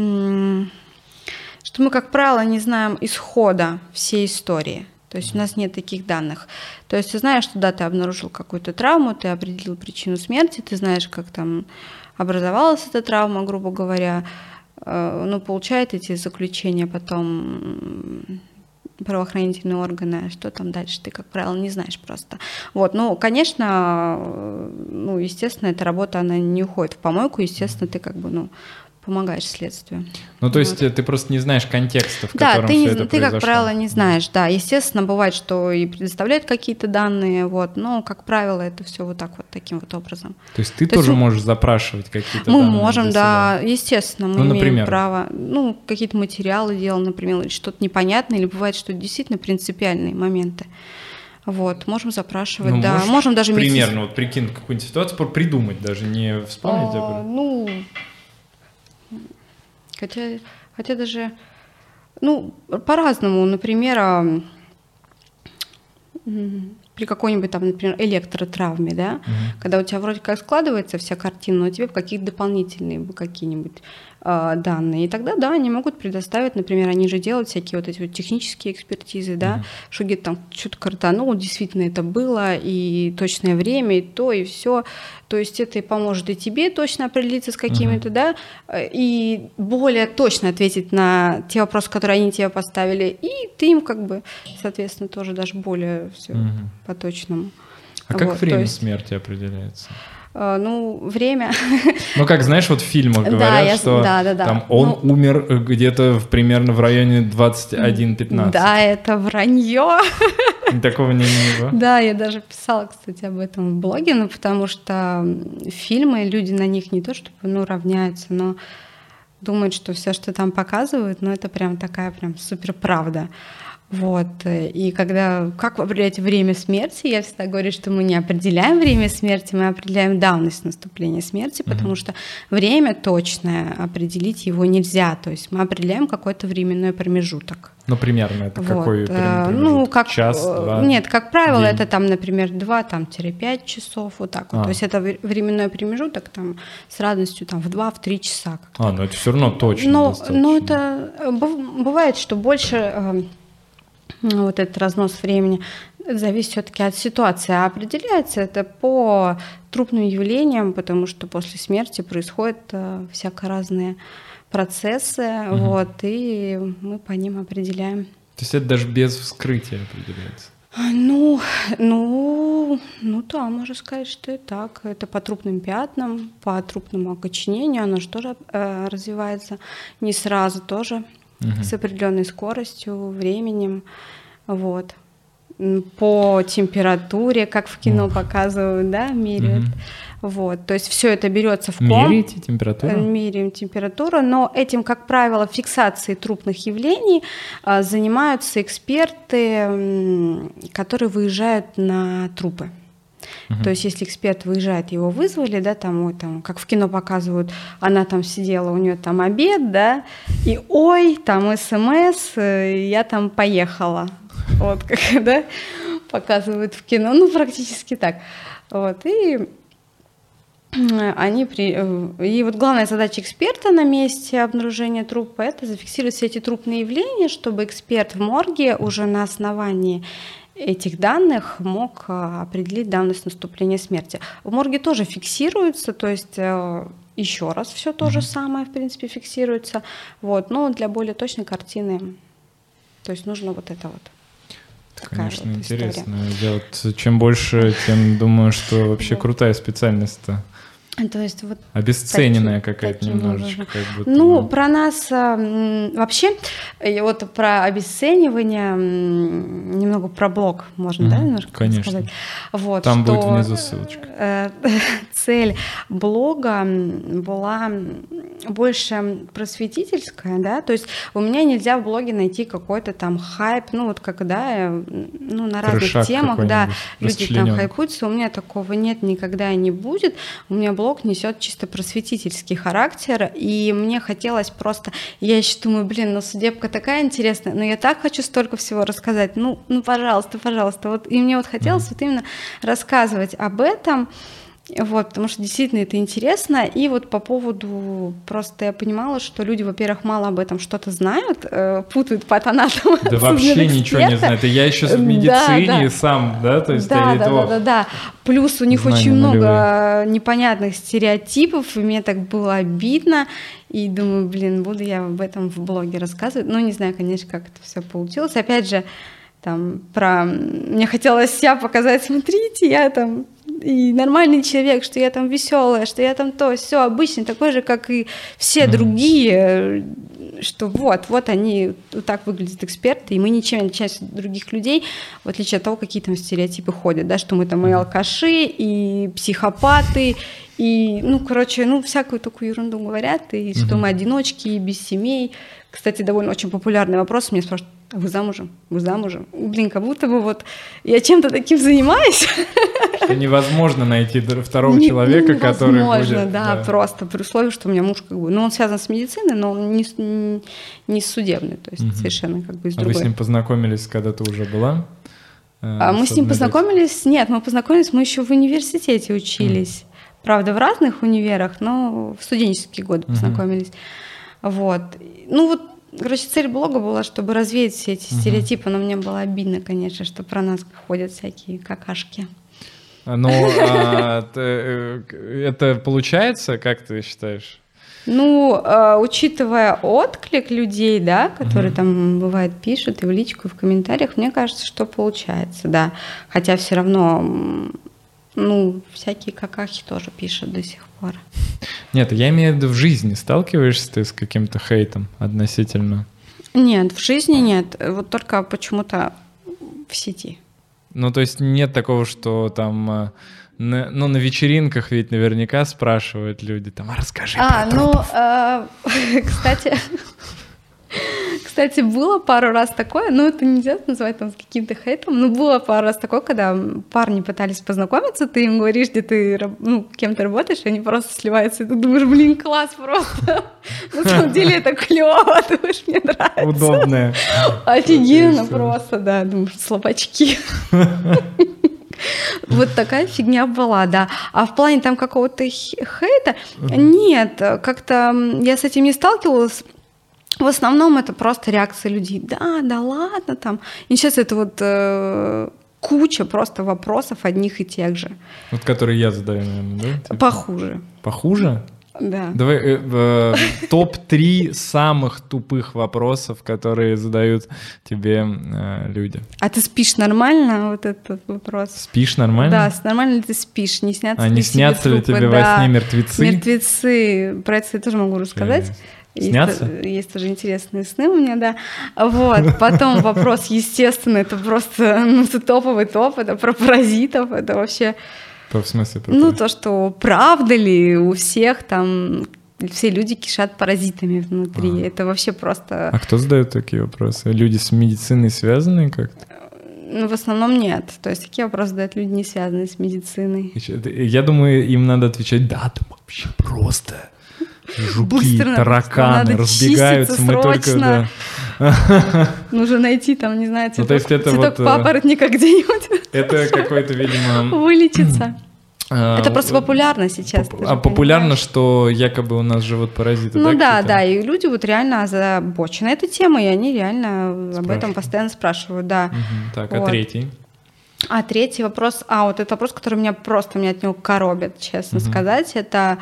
что мы, как правило, не знаем исхода всей истории. То есть у нас нет таких данных. То есть ты знаешь, что да, ты обнаружил какую-то травму, ты определил причину смерти, ты знаешь, как там образовалась эта травма, грубо говоря. Ну, получает эти заключения потом правоохранительные органы, что там дальше, ты, как правило, не знаешь просто. Вот, ну, конечно, ну, естественно, эта работа, она не уходит в помойку, естественно, ты как бы, ну, помогаешь следствию. Ну, то есть вот. Ты просто не знаешь контекста, в да, котором ты все не, это ты, произошло. Как правило, не знаешь, да. Естественно, бывает, что и предоставляют какие-то данные, вот, но, как правило, это все вот так вот, таким вот образом. То есть ты То тоже есть, можешь запрашивать какие-то мы данные? Мы можем, да, себя. Естественно, мы ну, имеем например? право, ну, какие-то материалы делать, например, или что-то непонятное, или бывает, что действительно принципиальные моменты. Вот, можем запрашивать, ну, да, можем даже... Примерно, медици... вот прикинь, какую-нибудь ситуацию придумать, даже не вспомнить. А, ну... Хотя, хотя даже, ну, по-разному, например, при какой-нибудь там, например, электротравме, да, угу. когда у тебя вроде как складывается вся картина, но у тебя какие-то дополнительные какие-нибудь э, данные, и тогда, да, они могут предоставить, например, они же делают всякие вот эти вот технические экспертизы, да, угу. что где-то там что-то картануло, действительно это было, и точное время, и то, и все. То есть это и поможет и тебе точно определиться с какими-то, угу. да, и более точно ответить на те вопросы, которые они тебе поставили, и ты им как бы, соответственно, тоже даже более все угу. по-точному. А как вот, время есть, смерти определяется? Э, ну, время... Ну, как, знаешь, вот в фильмах говорят, да, я... что да, да, да. там он ну... умер где-то в, примерно в районе двадцать один пятнадцать. Да, это вранье. Такого не было? Да, я даже писала, кстати, об этом в блоге, ну, потому что фильмы, люди на них не то чтобы, ну, равняются, но думают, что все, что там показывают, ну, это прям такая прям супер правда. Вот. И когда, как определять время смерти, я всегда говорю, что мы не определяем время смерти, мы определяем давность наступления смерти, потому mm-hmm. что время точное определить его нельзя, то есть мы определяем какой-то временной промежуток. Ну, примерно это вот. Какой промежуток? Ну, как, час, два, нет, как правило, день. Это там, например, два-пять часов, вот так вот. А. То есть это временной промежуток там с радостью там в два-три часа. А, ну это все равно точно но, достаточно. Но это бывает, что больше... Вот этот разнос времени зависит все-таки от ситуации, а определяется это по трупным явлениям, потому что после смерти происходят э, всяко разные процессы, угу. вот, и мы по ним определяем. То есть это даже без вскрытия определяется? Ну, ну, ну да, можно сказать, что и так. Это по трупным пятнам, по трупному окоченению, оно же тоже э, развивается не сразу, тоже. Угу. С определенной скоростью, временем, вот. По температуре, как в кино Ух. показывают, да, меряют. Угу. Вот. То есть все это берется в ком. Меряете температуру? Меряем температуру, но этим, как правило, фиксацией трупных явлений а, занимаются эксперты, которые выезжают на трупы. Uh-huh. То есть, если эксперт выезжает, его вызвали, да, там, ой, там, как в кино показывают, она там сидела, у нее там обед, да, и ой, там смс, я там поехала. Вот как, да, показывают в кино, ну, практически так. Вот, и они при... И вот главная задача эксперта на месте обнаружения трупа — это зафиксировать все эти трупные явления, чтобы эксперт в морге уже на основании этих данных мог определить давность наступления смерти. В морге тоже фиксируется, то есть еще раз все то mm-hmm. же самое, в принципе, фиксируется, вот, но для более точной картины, то есть нужно вот это вот. Это, конечно, вот интересно. Делать. Чем больше, тем думаю, что вообще да. крутая специальность-то. То есть вот обесцененная таким, какая-то таким немножечко. Как будто, ну, ну, про нас вообще, вот про обесценивание, немного про блог можно, mm-hmm, да, немножко конечно. сказать? Вот, там что будет внизу ссылочка. Цель блога была больше просветительская, да, то есть у меня нельзя в блоге найти какой-то там хайп, ну вот как, да, ну на разных Крышак темах, да, люди там хайпуются, у меня такого нет, никогда и не будет, у меня блог несет чисто просветительский характер, и мне хотелось просто, я еще думаю, блин, ну судебка такая интересная, но я так хочу столько всего рассказать, ну, ну пожалуйста, пожалуйста, вот, и мне вот хотелось mm-hmm. вот именно рассказывать об этом, вот, потому что действительно это интересно, и вот по поводу, просто я понимала, что люди, во-первых, мало об этом что-то знают, э, путают патанатом. Да вообще ничего не знают, и я еще в медицине да, да. сам, да, то есть да, я да, да, да, да, плюс у них очень много непонятных стереотипов, и мне так было обидно, и думаю, блин, буду я об этом в блоге рассказывать, ну, не знаю, конечно, как это все получилось, опять же, там, про, мне хотелось себя показать, смотрите, я там и нормальный человек, что я там веселая, что я там то, все обычный, такой же, как и все mm-hmm. другие, что вот, вот они, вот так выглядят эксперты, и мы ничем не отличаемся от других людей, в отличие от того, какие там стереотипы ходят, да, что мы там и алкаши, и психопаты, и, ну, короче, ну, всякую такую ерунду говорят, и mm-hmm. что мы одиночки, и без семей. Кстати, довольно очень популярный вопрос, меня спрашивают, вы замужем? Вы замужем? Блин, как будто бы вот я чем-то таким занимаюсь. Что невозможно найти второго не, человека, который будет... Невозможно, да, да, просто при условии, что у меня муж как бы... Ну, он связан с медициной, но он не, не, не с судебной, то есть угу. совершенно как бы из а другой. А вы с ним познакомились, когда ты уже была? Э, а мы с ним познакомились... Нет, мы познакомились, мы еще в университете учились. Угу. Правда, в разных универах, но в студенческие годы угу. познакомились. Вот. Ну, вот короче, цель блога была, чтобы развеять все эти стереотипы, но мне было обидно, конечно, что про нас ходят всякие какашки. Ну, а, это получается, как ты считаешь? Ну, а, учитывая отклик людей, да, которые mm-hmm. там, бывает, пишут и в личку, и в комментариях, мне кажется, что получается, да. Хотя все равно, ну, всякие какахи тоже пишут до сих пор. Нет, я имею в виду в жизни. Сталкиваешься ты с каким-то хейтом относительно? Нет, в жизни нет. Вот только почему-то в сети. Ну, то есть нет такого, что там... На, ну, на вечеринках ведь наверняка спрашивают люди, там, а расскажи а, про трупов. Ну, э, кстати... Кстати, было пару раз такое, ну это нельзя назвать там каким-то хейтом, но было пару раз такое, когда парни пытались познакомиться, ты им говоришь, где ты ну, кем-то работаешь, и они просто сливаются, и ты думаешь, блин, класс просто. На самом деле это клево, думаешь, мне нравится. Удобное. Офигенно просто, да, думаешь, слабачки. Вот такая фигня была, да. А в плане там какого-то хейта, нет, как-то я с этим не сталкивалась. В основном это просто реакция людей. Да, да ладно там. И сейчас это вот э, куча просто вопросов одних и тех же. Вот которые я задаю, наверное, да? Типа? Похуже. Похуже? Да. Давай э, э, топ три самых тупых вопросов, которые задают тебе э, люди. А ты спишь нормально? Вот этот вопрос. Спишь нормально? Да, нормально ли ты спишь? Не снятся а, ли не снятся тебе ли трупы? тебе Да. во сне мертвецы? Мертвецы. Про это я тоже могу рассказать. Снятся? Есть, есть тоже интересные сны у меня, да. Вот. Потом вопрос, естественно, это просто ну, это топовый топ, это про паразитов, это вообще... В смысле? Про ну, паразит? то, что правда ли у всех там... Все люди кишат паразитами внутри. А. Это вообще просто... А кто задает такие вопросы? Люди с медициной связанные как-то? Ну, в основном нет. То есть такие вопросы задают люди, не связанные с медициной. Я думаю, им надо отвечать, да, там вообще просто... Жуки, быстро, тараканы разбегаются, мы срочно. только... Да. Нужно найти там, не знаю, цветок, ну, то есть это цветок вот, папоротника где-нибудь. Это какой-то, видимо... Вылечиться. Это просто популярно сейчас. А популярно, что якобы у нас живут паразиты, ну да? да, да, и люди вот реально озабочены этой темой, и они реально об этом постоянно спрашивают, да. Так, а третий? А третий вопрос, а вот этот вопрос, который меня просто, меня от него коробит, честно сказать, это...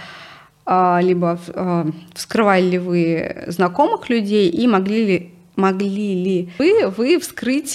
либо вскрывали ли вы знакомых людей и могли ли, могли ли вы, вы вскрыть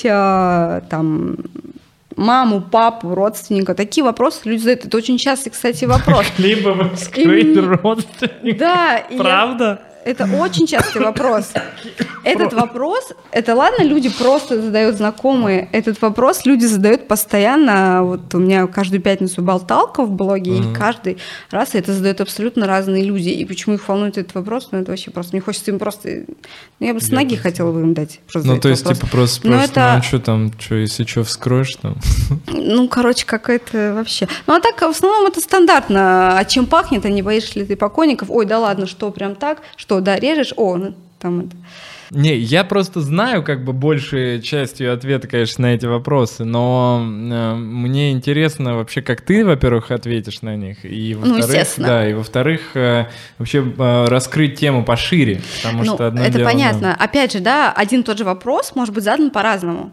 там маму, папу, родственника. Такие вопросы люди задают. Это очень частый, кстати, вопрос. Либо вы вскрыть родственника. Да. Правда? Это очень частый вопрос. Этот вопрос, это ладно, люди просто задают знакомые. Этот вопрос люди задают постоянно. Вот у меня каждую пятницу болталка в блоге, uh-huh. и каждый раз это задают абсолютно разные люди. И почему их волнует этот вопрос? Ну, это вообще просто... Мне хочется им просто... Ну, я бы с ноги я хотела бы им дать. Ну, то есть, вопрос. Типа, просто спрашивают, это... ну, что там, что, если что, вскроешь там? Ну, короче, какое-то вообще... Ну, а так, в основном, это стандартно. А чем пахнет, а не боишься ли ты покойников? Ой, да ладно, что, прям так? Что, да, режешь? О, ну, там это... Не, я просто знаю как бы большей частью ответа, конечно, на эти вопросы, но э, мне интересно вообще, как ты, во-первых, ответишь на них, и во-вторых, ну, да, и во-вторых, э, вообще э, раскрыть тему пошире, потому ну, что одно это дело, понятно. Да. Опять же, да, один и тот же вопрос может быть задан по-разному.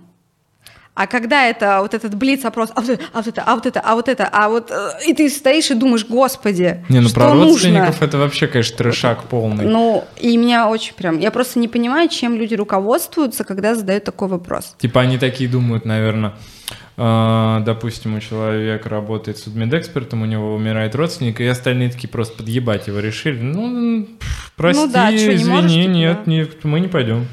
А когда это вот этот блиц-опрос, а вот это, а вот это, а вот это, а вот это, а вот... И ты стоишь и думаешь, господи, не, ну что про родственников нужно? Это вообще, конечно, трешак полный. Ну, и меня очень прям... Я просто не понимаю, чем люди руководствуются, когда задают такой вопрос. Типа они такие думают, наверное... Допустим, у человека работает судмедэкспертом, у него умирает родственник, и остальные такие просто подъебать его решили. Ну, прости, ну, да, что, извини, не можешь, типа, нет, да? нет, мы не пойдем.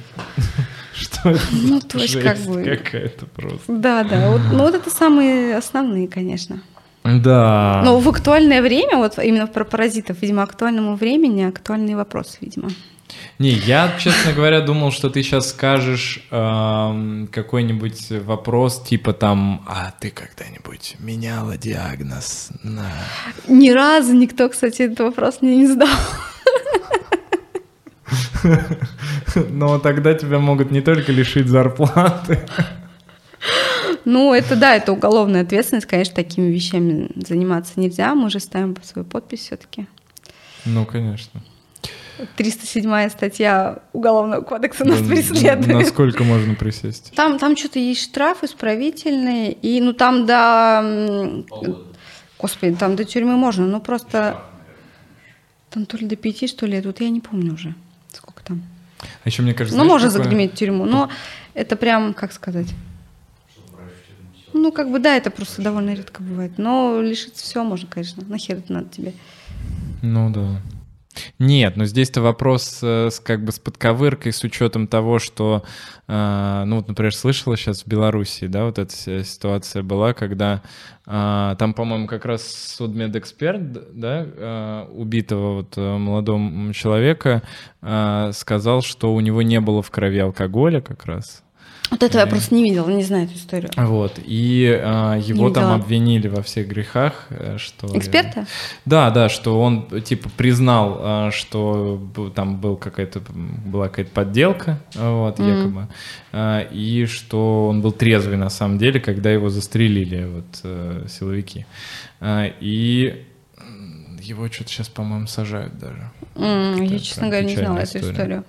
Что это? Ну, то есть как бы... какая-то просто. Да, да, вот, ну вот это самые основные, конечно. Да. Но в актуальное время, вот именно про паразитов, видимо, актуальному времени, актуальные вопросы, видимо. Не, я, честно говоря, думал, что ты сейчас скажешь эм, какой-нибудь вопрос, типа там, а ты когда-нибудь меняла диагноз на... Ни разу никто, кстати, этот вопрос мне не задал. Но тогда тебя могут не только лишить зарплаты. Ну, это да, это уголовная ответственность, конечно, такими вещами заниматься нельзя, мы же ставим свою подпись все-таки. Ну, конечно. триста седьмая статья Уголовного кодекса нас преследует. Насколько можно присесть? Там, там что-то есть штрафы исправительные, и ну там до... Господи, там до тюрьмы можно, ну просто... Там то ли до пяти, что ли, вот я не помню уже, сколько там. А еще, мне кажется, ну, знаешь, можно какое... загреметь в тюрьму, но это прям, как сказать... Ну, как бы, да, это просто довольно редко бывает. Но лишиться всего можно, конечно. Нахер это надо тебе? Ну, да. Нет, но здесь-то вопрос э, с, как бы с подковыркой, с учетом того, что, э, ну, вот, например, слышала сейчас в Белоруссии, да, вот эта ситуация была, когда э, там, по-моему, как раз судмедэксперт, да, э, убитого вот э, молодого человека э, сказал, что у него не было в крови алкоголя как раз. Вот этого я просто не видела, не знаю эту историю. Вот, и а, его там обвинили во всех грехах, что... Эксперта? Да, да, что он, типа, признал, а, что там был какая-то, была какая-то подделка, вот, mm. якобы, а, и что он был трезвый на самом деле, когда его застрелили, вот, а, силовики. А, и его что-то сейчас, по-моему, сажают даже. Mm, я, честно говоря, не знала история. эту историю.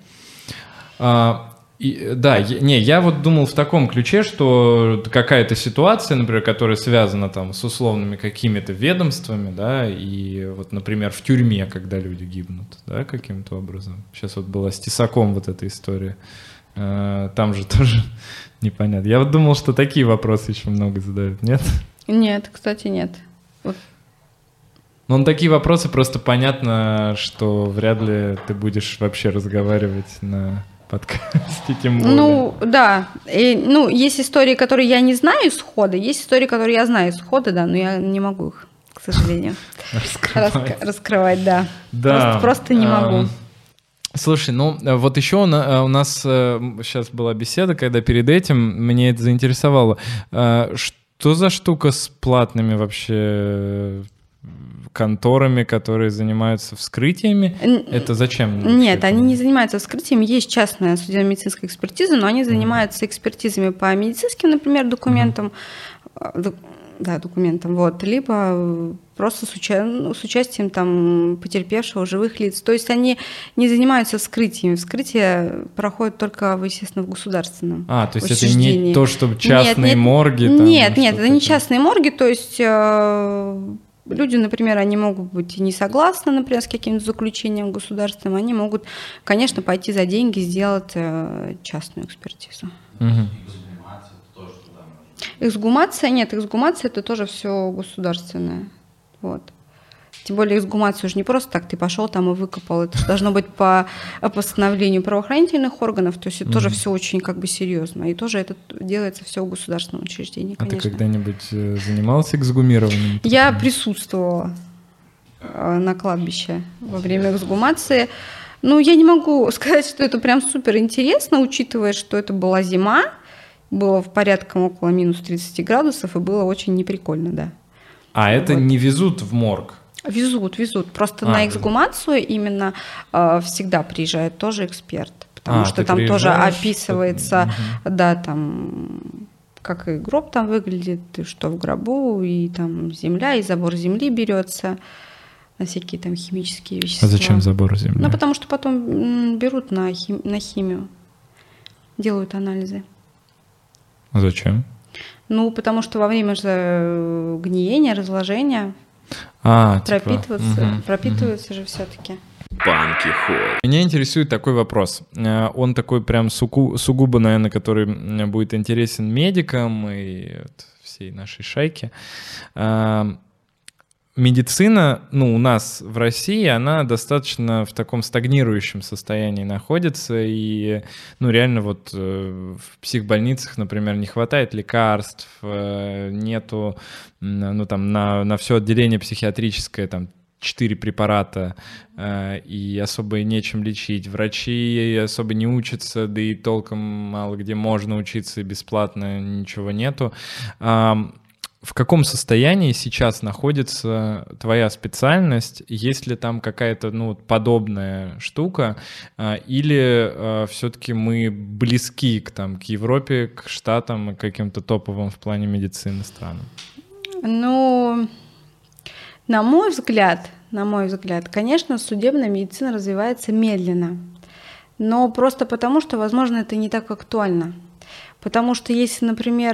А, И, да, я, не, я вот думал в таком ключе, что какая-то ситуация, например, которая связана там с условными какими-то ведомствами, да, и вот, например, в тюрьме, когда люди гибнут, да, каким-то образом. Сейчас вот была с Тесаком вот эта история. Там же тоже непонятно. Я вот думал, что такие вопросы еще много задают, нет? Нет, кстати, нет. Вот. Ну, на такие вопросы просто понятно, что вряд ли ты будешь вообще разговаривать на... подкасте, тем более. Ну, да. И, ну, есть истории, которые я не знаю исхода, есть истории, которые я знаю исхода, да, но я не могу их, к сожалению, раскрывать. раскрывать, да. Да. Просто, просто не могу. Слушай, ну вот еще у нас сейчас была беседа, когда перед этим мне это заинтересовало. Что за штука с платными вообще конторами, которые занимаются вскрытиями? Это зачем? Нет, они не занимаются вскрытиями. Есть частная судебно-медицинская экспертиза, но они занимаются экспертизами по медицинским, например, документам, mm-hmm. да, документам, вот, либо просто с, уча... ну, с участием там потерпевшего, живых лиц. То есть они не занимаются вскрытиями. Вскрытие проходит только, естественно, в государственном А, то есть это не то, что частные нет, морги? Нет, там, нет, нет, это такое. не частные морги, то есть... Люди, например, они могут быть не согласны, например, с каким-то заключением государственным, они могут, конечно, пойти за деньги сделать частную экспертизу. Угу. Эксгумация, нет, эксгумация это тоже все государственное. Вот. Тем более эксгумацию уже не просто так ты пошел там и выкопал. Это должно быть по постановлению правоохранительных органов. То есть это mm-hmm. тоже все очень как бы серьезно. И тоже это делается все в государственном учреждении, конечно. А ты когда-нибудь занимался эксгумированием? Я присутствовала на кладбище во время эксгумации. Ну, я не могу сказать, что это прям супер интересно, учитывая, что это была зима, было в порядке около минус тридцать градусов, и было очень неприкольно, да. А вот. Это не везут в морг? Везут, везут. Просто а, на эксгумацию везут. Именно э, всегда приезжает тоже эксперт, потому а, что там тоже описывается, что... да, там, как и гроб там выглядит, и что в гробу, и там земля, и забор земли берется, на всякие там химические вещества. А зачем забор земли? Ну, потому что потом берут на, хим... на химию, делают анализы. А зачем? Ну, потому что во время же гниения, разложения а, пропитываться, типа, угу, пропитываются угу. же все-таки. Банки ход. Меня интересует такой вопрос. Он такой прям сугу, сугубо, наверное, который будет интересен медикам и вот всей нашей шайке. Медицина, ну, у нас в России, она достаточно в таком стагнирующем состоянии находится, и, ну, реально вот в психбольницах, например, не хватает лекарств, нету, ну, там, на, на все отделение психиатрическое, там, четыре препарата, и особо нечем лечить. Врачи особо не учатся, да и толком мало где можно учиться, и бесплатно ничего нету. В каком состоянии сейчас находится твоя специальность? Есть ли там какая-то ну, подобная штука? Или все-таки мы близки к, там, к Европе, к Штатам, к каким-то топовым в плане медицины странам? Ну... На мой взгляд, на мой взгляд, конечно, судебная медицина развивается медленно, но просто потому, что, возможно, это не так актуально. Потому что если, например,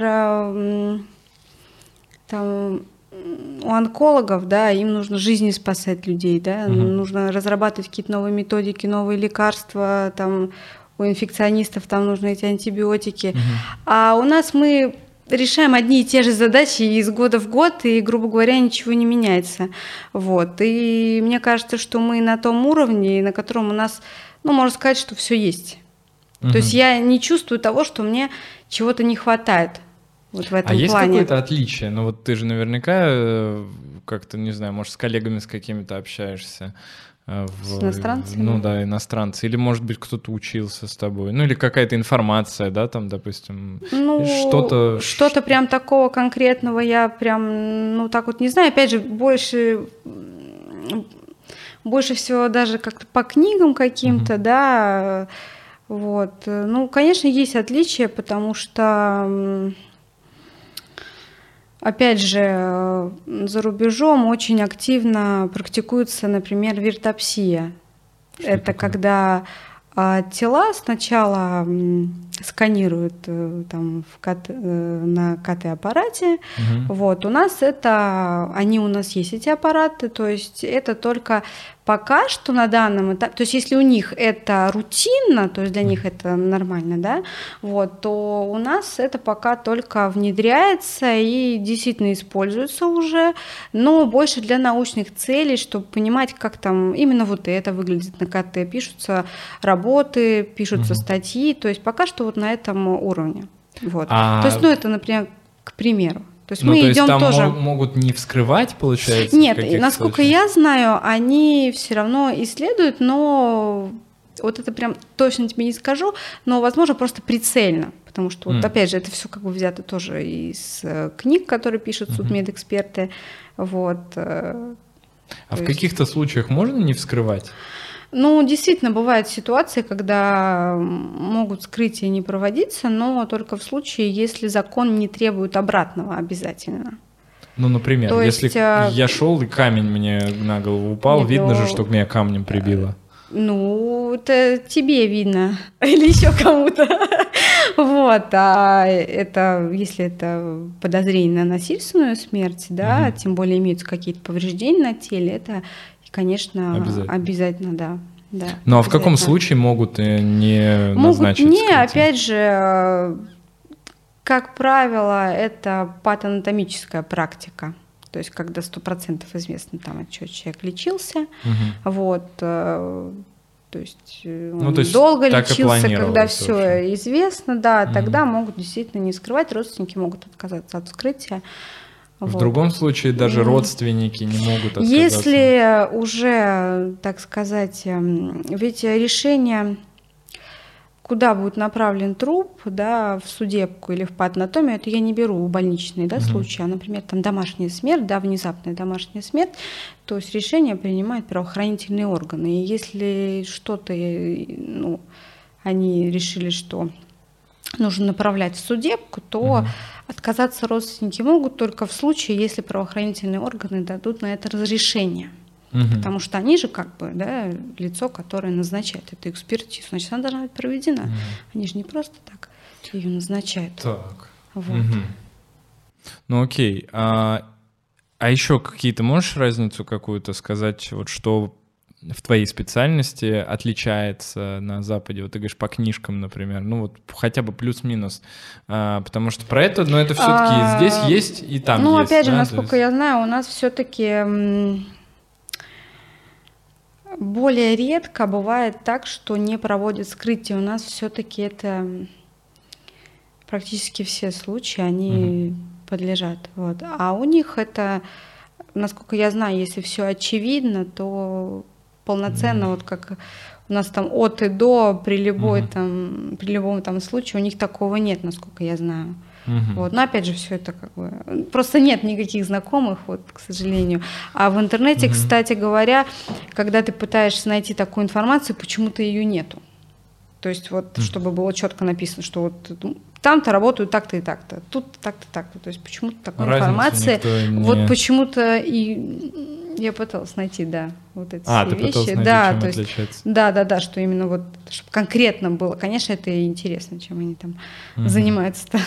там, у онкологов, да, им нужно жизни спасать людей, да, угу. нужно разрабатывать какие-то новые методики, новые лекарства, там, у инфекционистов там нужны эти антибиотики. Угу. А у нас мы... решаем одни и те же задачи из года в год, и, грубо говоря, ничего не меняется. Вот. И мне кажется, что мы на том уровне, на котором у нас, ну, можно сказать, что все есть. Угу. То есть я не чувствую того, что мне чего-то не хватает вот в этом плане. А есть плане. какое-то отличие? Ну вот ты же наверняка как-то, не знаю, может, с коллегами с какими-то общаешься. В, с иностранцами? Ну да, иностранцы. Или, может быть, кто-то учился с тобой. Ну или какая-то информация, да, там, допустим, ну, что-то... Что-то прям такого конкретного я прям, ну так вот не знаю. Опять же, больше, больше всего даже как-то по книгам каким-то, mm-hmm. да, вот. Ну, конечно, есть отличия, потому что... Опять же, за рубежом очень активно практикуется, например, виртопсия. Что это такое? Когда а, тела сначала м, сканируют э, там, в КТ, э, на КТ-аппарате. Угу. Вот, у нас это, они у нас есть эти аппараты, то есть это только пока что на данном этапе, то есть если у них это рутинно, то есть для них это нормально, да, вот, то у нас это пока только внедряется и действительно используется уже, но больше для научных целей, чтобы понимать, как там именно вот это выглядит на КТ, пишутся работы, пишутся угу. статьи, то есть пока что вот на этом уровне, вот. А... То есть, ну это, например, к примеру. То есть ну, мы то есть идем там тоже... могут не вскрывать, получается? Нет, насколько случаях? Я знаю, они все равно исследуют, но вот это прям точно тебе не скажу, но, возможно, просто прицельно, потому что, вот, mm. опять же, это все как бы взято тоже из книг, которые пишут судмедэксперты. Вот. А в есть... каких-то случаях можно не вскрывать? Ну, действительно, бывают ситуации, когда могут вскрытия не проводиться, но только в случае, если закон не требует обратного обязательно. Ну, например, То если есть, я шел и камень мне на голову упал, нет, видно но... же, что меня камнем прибило. Ну, это тебе видно или еще кому-то. Вот, а это, если это подозрение на насильственную смерть, да, угу. тем более имеются какие-то повреждения на теле, это... Конечно, обязательно, обязательно да, да. Ну а в каком случае могут не могут назначить не, вскрытие? Опять же, как правило, это патоанатомическая практика. То есть, когда сто процентов известно, там, от чего человек лечился. Угу. Вот, то есть, ну, то есть долго лечился, когда все известно, да, угу. тогда могут действительно не скрывать, родственники могут отказаться от вскрытия. В вот. другом случае даже родственники не могут отказаться. Если уже, так сказать, ведь решение, куда будет направлен труп, да, в судебку или в патанатомию, это я не беру в больничные, да, угу. случаи, а, например, там домашняя смерть, да, внезапная домашняя смерть, то есть решение принимают правоохранительные органы. И если что-то, ну, они решили, что нужно направлять в судебку, то угу. отказаться родственники могут только в случае, если правоохранительные органы дадут на это разрешение. Угу. Потому что они же как бы, да, лицо, которое назначает эту экспертизу. Значит, она должна быть проведена. Угу. Они же не просто так ее назначают. Так. Вот. Угу. Ну окей. А, а еще какие-то можешь разницу какую-то сказать, вот что в твоей специальности отличается на Западе? Вот ты говоришь по книжкам, например, ну вот хотя бы плюс-минус, а, потому что про это, но это все-таки а, здесь есть и там ну, есть. Ну опять же, да? насколько есть... я знаю, у нас все-таки более редко бывает так, что не проводят вскрытие. У нас все-таки это практически все случаи, они угу. подлежат. Вот. А у них это насколько я знаю, если все очевидно, то полноценно, mm-hmm. вот как у нас там от и до, при любой mm-hmm. там, при любом там случае, у них такого нет, насколько я знаю. Mm-hmm. Вот. Но опять же, все это как бы... Просто нет никаких знакомых, вот, к сожалению. А в интернете, mm-hmm. кстати говоря, когда ты пытаешься найти такую информацию, почему-то ее нету. То есть вот, mm-hmm. чтобы было четко написано, что вот там-то работают так-то и так-то, тут так-то, так-то. То есть почему-то такой разницы информации... Не... Вот почему-то и... Я пыталась найти, да, вот эти а, все ты вещи. Пыталась найти, да, чем то есть, отличается. Да, да, да, что именно вот, чтобы конкретно было. Конечно, это интересно, чем они там mm-hmm. занимаются-то.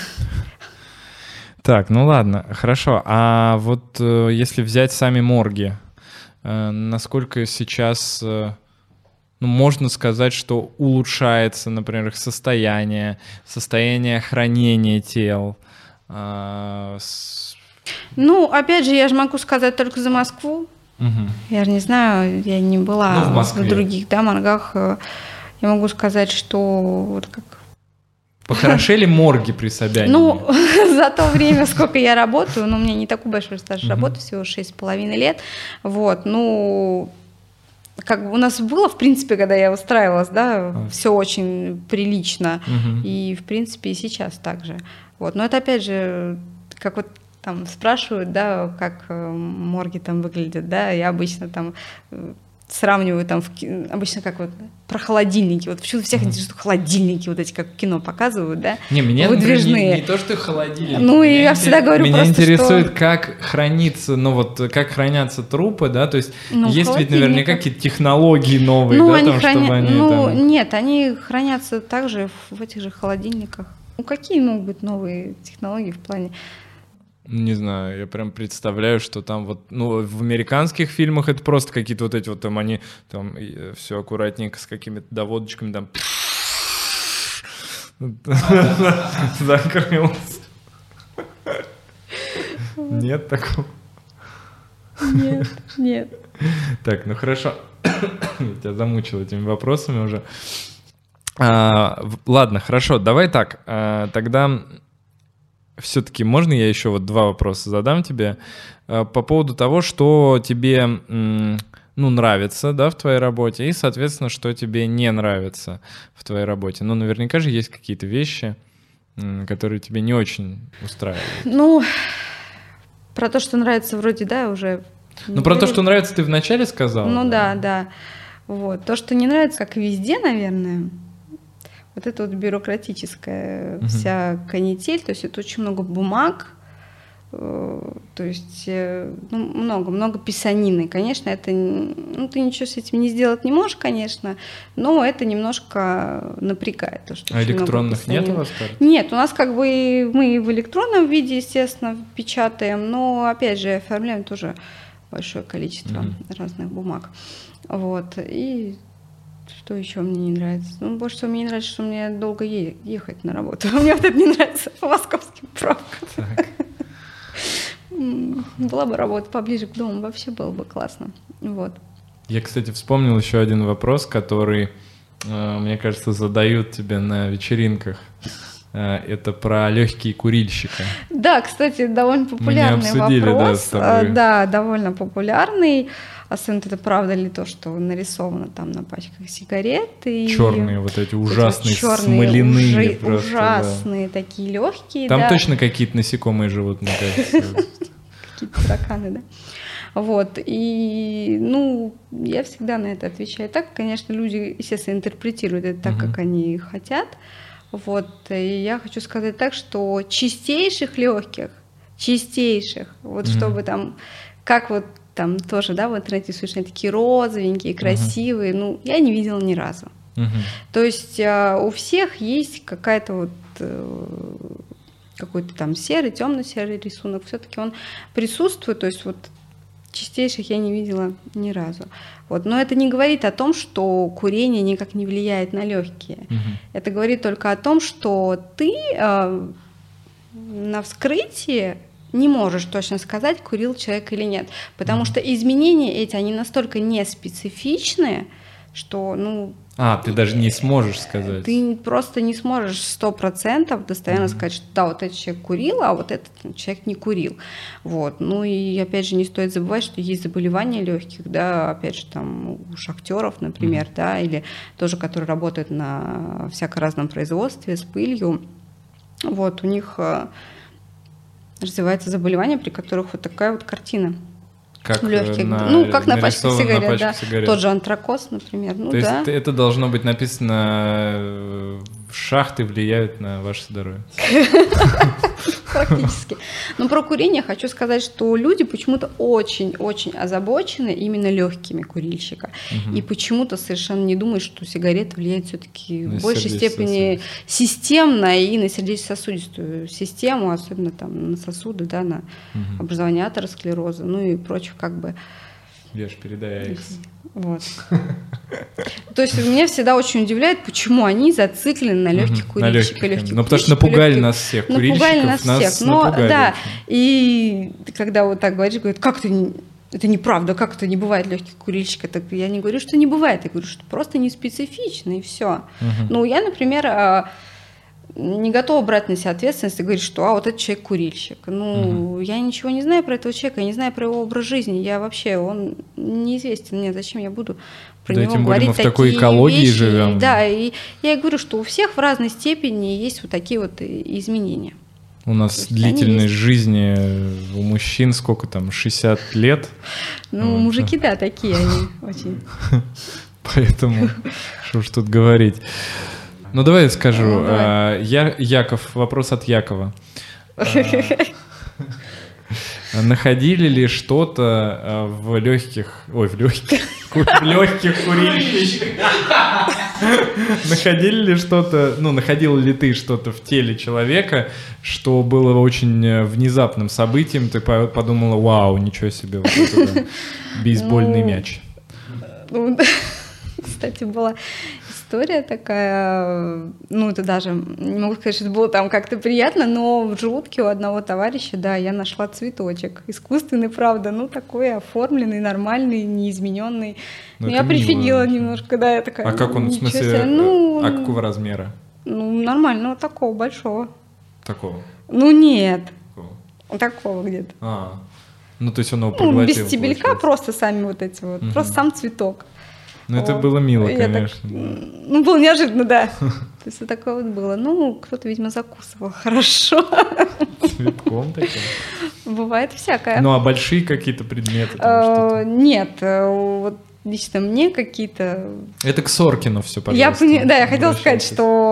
Так, ну ладно, хорошо. А вот э, если взять сами морги, э, насколько сейчас, э, ну, можно сказать, что улучшается, например, их состояние, состояние хранения тел? Э, с... Ну, опять же, я же могу сказать только за Москву. Угу. Я же не знаю, я не была ну, в, в других, да, моргах. Я могу сказать, что вот как... Похорошели морги при Собянине? Ну, за то время, сколько я работаю, ну, у меня не такой большой стаж работы, всего шесть с половиной лет, вот, ну, как бы у нас было, в принципе, когда я устраивалась, да, все очень прилично, и, в принципе, и сейчас так же, вот, но это, опять же, как вот там спрашивают, да, как морги там выглядят, да, я обычно там... сравниваю там, в, обычно как вот про холодильники, вот почему-то всех интересует холодильники, вот эти, как в кино показывают, да, не, меня выдвижные. Не, не то, что холодильники. Ну, и я всегда говорю меня просто, интересует, что... как хранится, ну вот, как хранятся трупы, да, то есть ну, есть ведь наверняка какие-то технологии новые, ну, да, они там, храня... чтобы они ну, там... нет, они хранятся также в этих же холодильниках. Ну, какие могут быть новые технологии в плане... Не знаю, я прям представляю, что там вот, ну, в американских фильмах это просто какие-то вот эти вот там, они там все аккуратненько с какими-то доводочками там закрылся. Нет такого? Нет, нет. Так, ну хорошо. Я тебя замучил этими вопросами уже. Ладно, хорошо, давай так, тогда... Все-таки можно я еще вот два вопроса задам тебе по поводу того, что тебе, ну, нравится, да, в твоей работе, и, соответственно, что тебе не нравится в твоей работе. Ну, наверняка же есть какие-то вещи, которые тебе не очень устраивают. Ну, про то, что нравится, вроде, да, уже... Ну, про то, что нравится, ты вначале сказала. Ну, да, да. да. Вот. То, что не нравится, как и везде, наверное... Вот это вот бюрократическая uh-huh. вся канитель, то есть это очень много бумаг, э, то есть э, ну, много, много писанины. Конечно, это, ну, ты ничего с этим не сделать не можешь, конечно, но это немножко напрягает. То, что а электронных нет у вас? Нет, у нас как бы мы в электронном виде, естественно, печатаем, но, опять же, оформляем тоже большое количество uh-huh. разных бумаг. Вот, и... Что еще мне не нравится? Ну, больше всего мне не нравится, что мне долго е- ехать на работу. Мне вот это не нравится по московским пробкам. Была бы работа поближе к дому, вообще было бы классно. Вот. Я, кстати, вспомнил еще один вопрос, который, мне кажется, задают тебе на вечеринках. Это про легкие курильщика. Да, кстати, довольно популярный обсудили, вопрос. Да, да, довольно популярный. Особенно это правда ли то, что нарисовано там на пачках сигарет. И черные вот эти ужасные, эти смоляные. Ужи, просто, ужасные да. такие легкие. Там да. точно какие-то насекомые живут, мне кажется. Какие-то тараканы, да. Вот, и, ну, я всегда на это отвечаю так. Конечно, люди, естественно, интерпретируют это так, как они хотят. Вот, и я хочу сказать так, что чистейших легких, чистейших, вот mm-hmm. чтобы там, как вот там тоже, да, в интернете слышно, такие розовенькие, красивые, mm-hmm. ну, я не видела ни разу. Mm-hmm. То есть а, у всех есть какая-то вот э, какой-то там серый, темно-серый рисунок, все-таки он присутствует, то есть вот чистейших я не видела ни разу. Вот. Но это не говорит о том, что курение никак не влияет на легкие. Угу. Это говорит только о том, что ты э, на вскрытии не можешь точно сказать, курил человек или нет. Потому угу. что изменения эти, они настолько неспецифичные, что, ну... А, ты даже не сможешь сказать. Ты просто не сможешь сто процентов достоверно mm-hmm. сказать, что да, вот этот человек курил, а вот этот человек не курил. Вот. Ну и опять же не стоит забывать, что есть заболевания легких, да, опять же там у шахтеров, например, mm-hmm. да, или тоже, которые работают на всяко разном производстве с пылью. Вот, у них развивается заболевание, при которых вот такая вот картина. Как легких, на, ну, как на пачках сигарет, на пачке да. сигарет. Тот же антракоз, например. Ну, То да. есть это должно быть написано, шахты влияют на ваше здоровье. Практически. Но про курение хочу сказать, что люди почему-то очень-очень озабочены именно легкими курильщика. Угу. И почему-то совершенно не думают, что сигарета влияет все-таки в большей степени системно и на сердечно-сосудистую систему, особенно там на сосуды, да, на угу. образование атеросклероза, ну и прочих как бы. Веш, передай Алекс. Вот. То есть меня всегда очень удивляет, почему они зациклены на легких угу, курильщиках. Легких ну, потому что напугали легких, нас всех. Напугали нас, нас всех. Но, напугали да, очень. И когда вот так говоришь, говорят, как ты не... Это неправда, как это не бывает легких курильщиков. Так я не говорю, что не бывает, я говорю, что просто не специфично, и все. Угу. Ну, я, например, не готова брать на себя ответственность и говорить, что а вот этот человек курильщик. Ну, угу. я ничего не знаю про этого человека, я не знаю про его образ жизни. Я вообще, он неизвестен мне, зачем я буду про да, него тем говорить более мы такие в такой экологии вещи. живем. Да, и я говорю, что у всех в разной степени есть вот такие вот изменения. У нас длительность жизни у мужчин сколько там, шестьдесят лет? Ну, вот. Мужики, да, такие они очень. Поэтому, что ж тут говорить. Ну, давай я скажу. Ну, давай. Я, Яков, вопрос от Якова. Находили ли что-то в легких... Ой, в легких... В легких курильщиках. Находили ли что-то... Ну, находил ли ты что-то в теле человека, что было очень внезапным событием? Ты подумала, вау, ничего себе, вот это да, бейсбольный мяч. Кстати, была история такая, ну, это даже, не могу сказать, что это было там как-то приятно, но в желудке у одного товарища, да, я нашла цветочек. Искусственный, правда, ну, такой оформленный, нормальный, неизмененный. Ну, я прифигела немножко, да, я такая... А как он, в смысле, ну, а какого размера? Ну, нормального, такого, большого. Такого? Ну, нет. Такого, такого где-то. А, ну, то есть он его проглотил, ну, без стебелька, получается. Просто сами вот эти вот, угу. Просто сам цветок. Ну, это было мило, я конечно. Так, ну, было неожиданно, да. То есть вот такое вот было. Ну, кто-то, видимо, закусывал хорошо. Цветком таким? Бывает всякое. Ну, а большие какие-то предметы? Нет, вот лично мне какие-то... Это к Соркину все, пожалуйста. Я, да, я хотела сказать,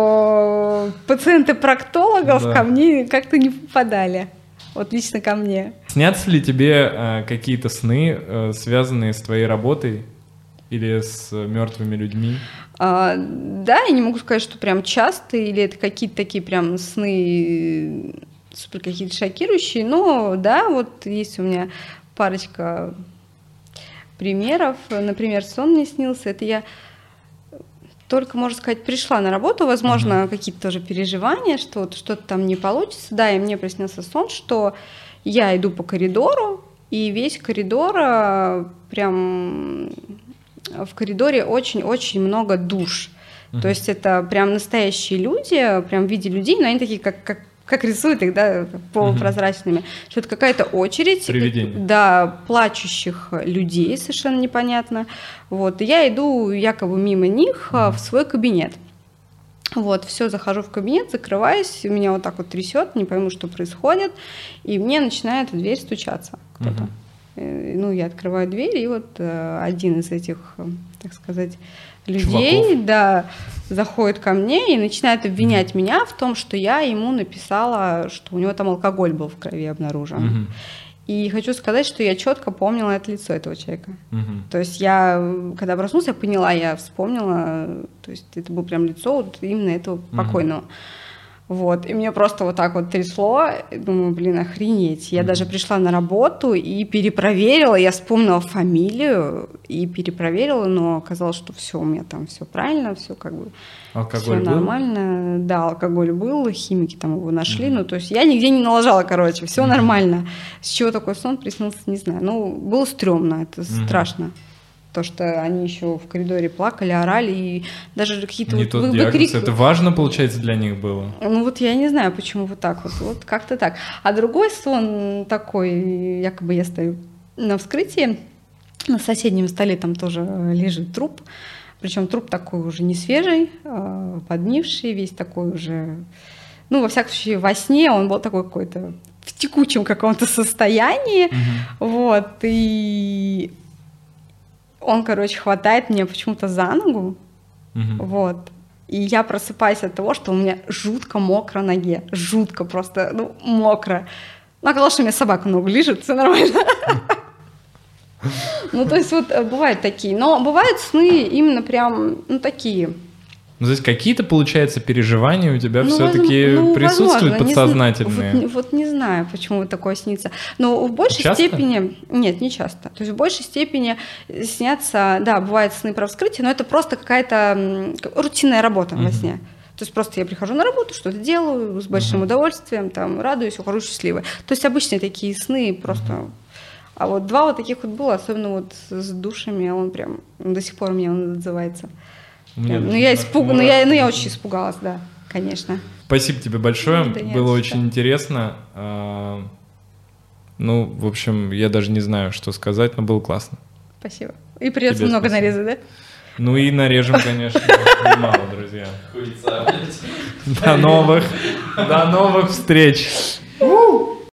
что пациенты проктологов да. ко мне как-то не попадали. Вот лично ко мне. Снятся ли тебе э, какие-то сны, э, связанные с твоей работой или с мертвыми людьми? А, да, я не могу сказать, что прям часто, или это какие-то такие прям сны супер какие-то шокирующие, но да, вот есть у меня парочка примеров. Например, сон мне снился, это я только, можно сказать, пришла на работу, возможно, uh-huh. какие-то тоже переживания, что вот что-то там не получится. Да, и мне приснился сон, что я иду по коридору, и весь коридор прям... В коридоре очень-очень много душ. Uh-huh. То есть это прям настоящие люди, прям в виде людей, но они такие, как, как, как рисуют их, да, полупрозрачными. Uh-huh. Что это какая-то очередь, привидение. Да, плачущих людей, совершенно непонятно. Вот. И я иду якобы мимо них uh-huh. в свой кабинет. Вот, все, захожу в кабинет, закрываюсь, меня вот так вот трясет, не пойму, что происходит, и мне начинает в дверь стучаться кто-то. Uh-huh. Ну, я открываю дверь, и вот э, один из этих, так сказать, людей, Чуваков. да, заходит ко мне и начинает обвинять mm-hmm. меня в том, что я ему написала, что у него там алкоголь был в крови обнаружен. Mm-hmm. И хочу сказать, что я четко помнила это лицо этого человека. Mm-hmm. То есть я, когда проснулась, я поняла, я вспомнила, то есть это было прям лицо вот именно этого mm-hmm. покойного. Вот, и мне просто вот так вот трясло, думаю, блин, охренеть. Я mm-hmm. даже пришла на работу и перепроверила, я вспомнила фамилию и перепроверила, но оказалось, что все у меня там все правильно, все как бы алкоголь все был? Нормально. Да, алкоголь был, химики там его нашли, mm-hmm. ну то есть я нигде не налажала, короче, все mm-hmm. нормально. С чего такой сон приснился, не знаю. Ну, было стрёмно, это mm-hmm. страшно. то, что они еще в коридоре плакали, орали, и даже какие-то не вот тот вы- диагноз, выкрик- это важно, получается, для них было. Ну вот я не знаю, почему вот так вот, вот как-то так. А другой сон такой, якобы я стою на вскрытии, на соседнем столе там тоже лежит труп, причем труп такой уже не свежий, а поднивший, весь такой уже, ну во всяком случае во сне он был такой какой-то в текучем каком-то состоянии, Мгм. вот, и он, короче, хватает меня почему-то за ногу, Мгм. вот. И я просыпаюсь от того, что у меня жутко мокро на ноге. Жутко просто, ну, мокро. Ну, оказалось, что у меня собака ногу лижет, все нормально. Ну, то есть вот э, бывают такие. Но бывают сны именно прям, ну, такие. Ну, то есть какие-то, получается, переживания у тебя Ну, все-таки возможно, ну, присутствуют возможно, не зна- подсознательные? Вот, не- вот не знаю, почему вот такое снится. Но в большей Часто? степени... Нет, не часто. То есть в большей степени снятся... Да, бывают сны про вскрытие, но это просто какая-то м, к- рутинная работа во Мгм. сне. То есть просто я прихожу на работу, что-то делаю с большим Мгм. удовольствием, там, радуюсь, ухожу счастливой. То есть обычные такие сны просто... А вот два вот таких вот было, особенно вот с душами, он прям до сих пор мне он отзывается. У меня Прям. Ну, даже я так испуг... ну, мурашки. я, ну, я очень испугалась, да, конечно. Спасибо тебе большое, Да нет, было что. очень интересно. А, Ну, в общем, я даже не знаю, что сказать, но было классно. Спасибо. И придется Тебе много спасибо. нарезать, да? Ну и нарежем, конечно, немало, друзья. Хуйца, блядь. До новых, до новых встреч. У!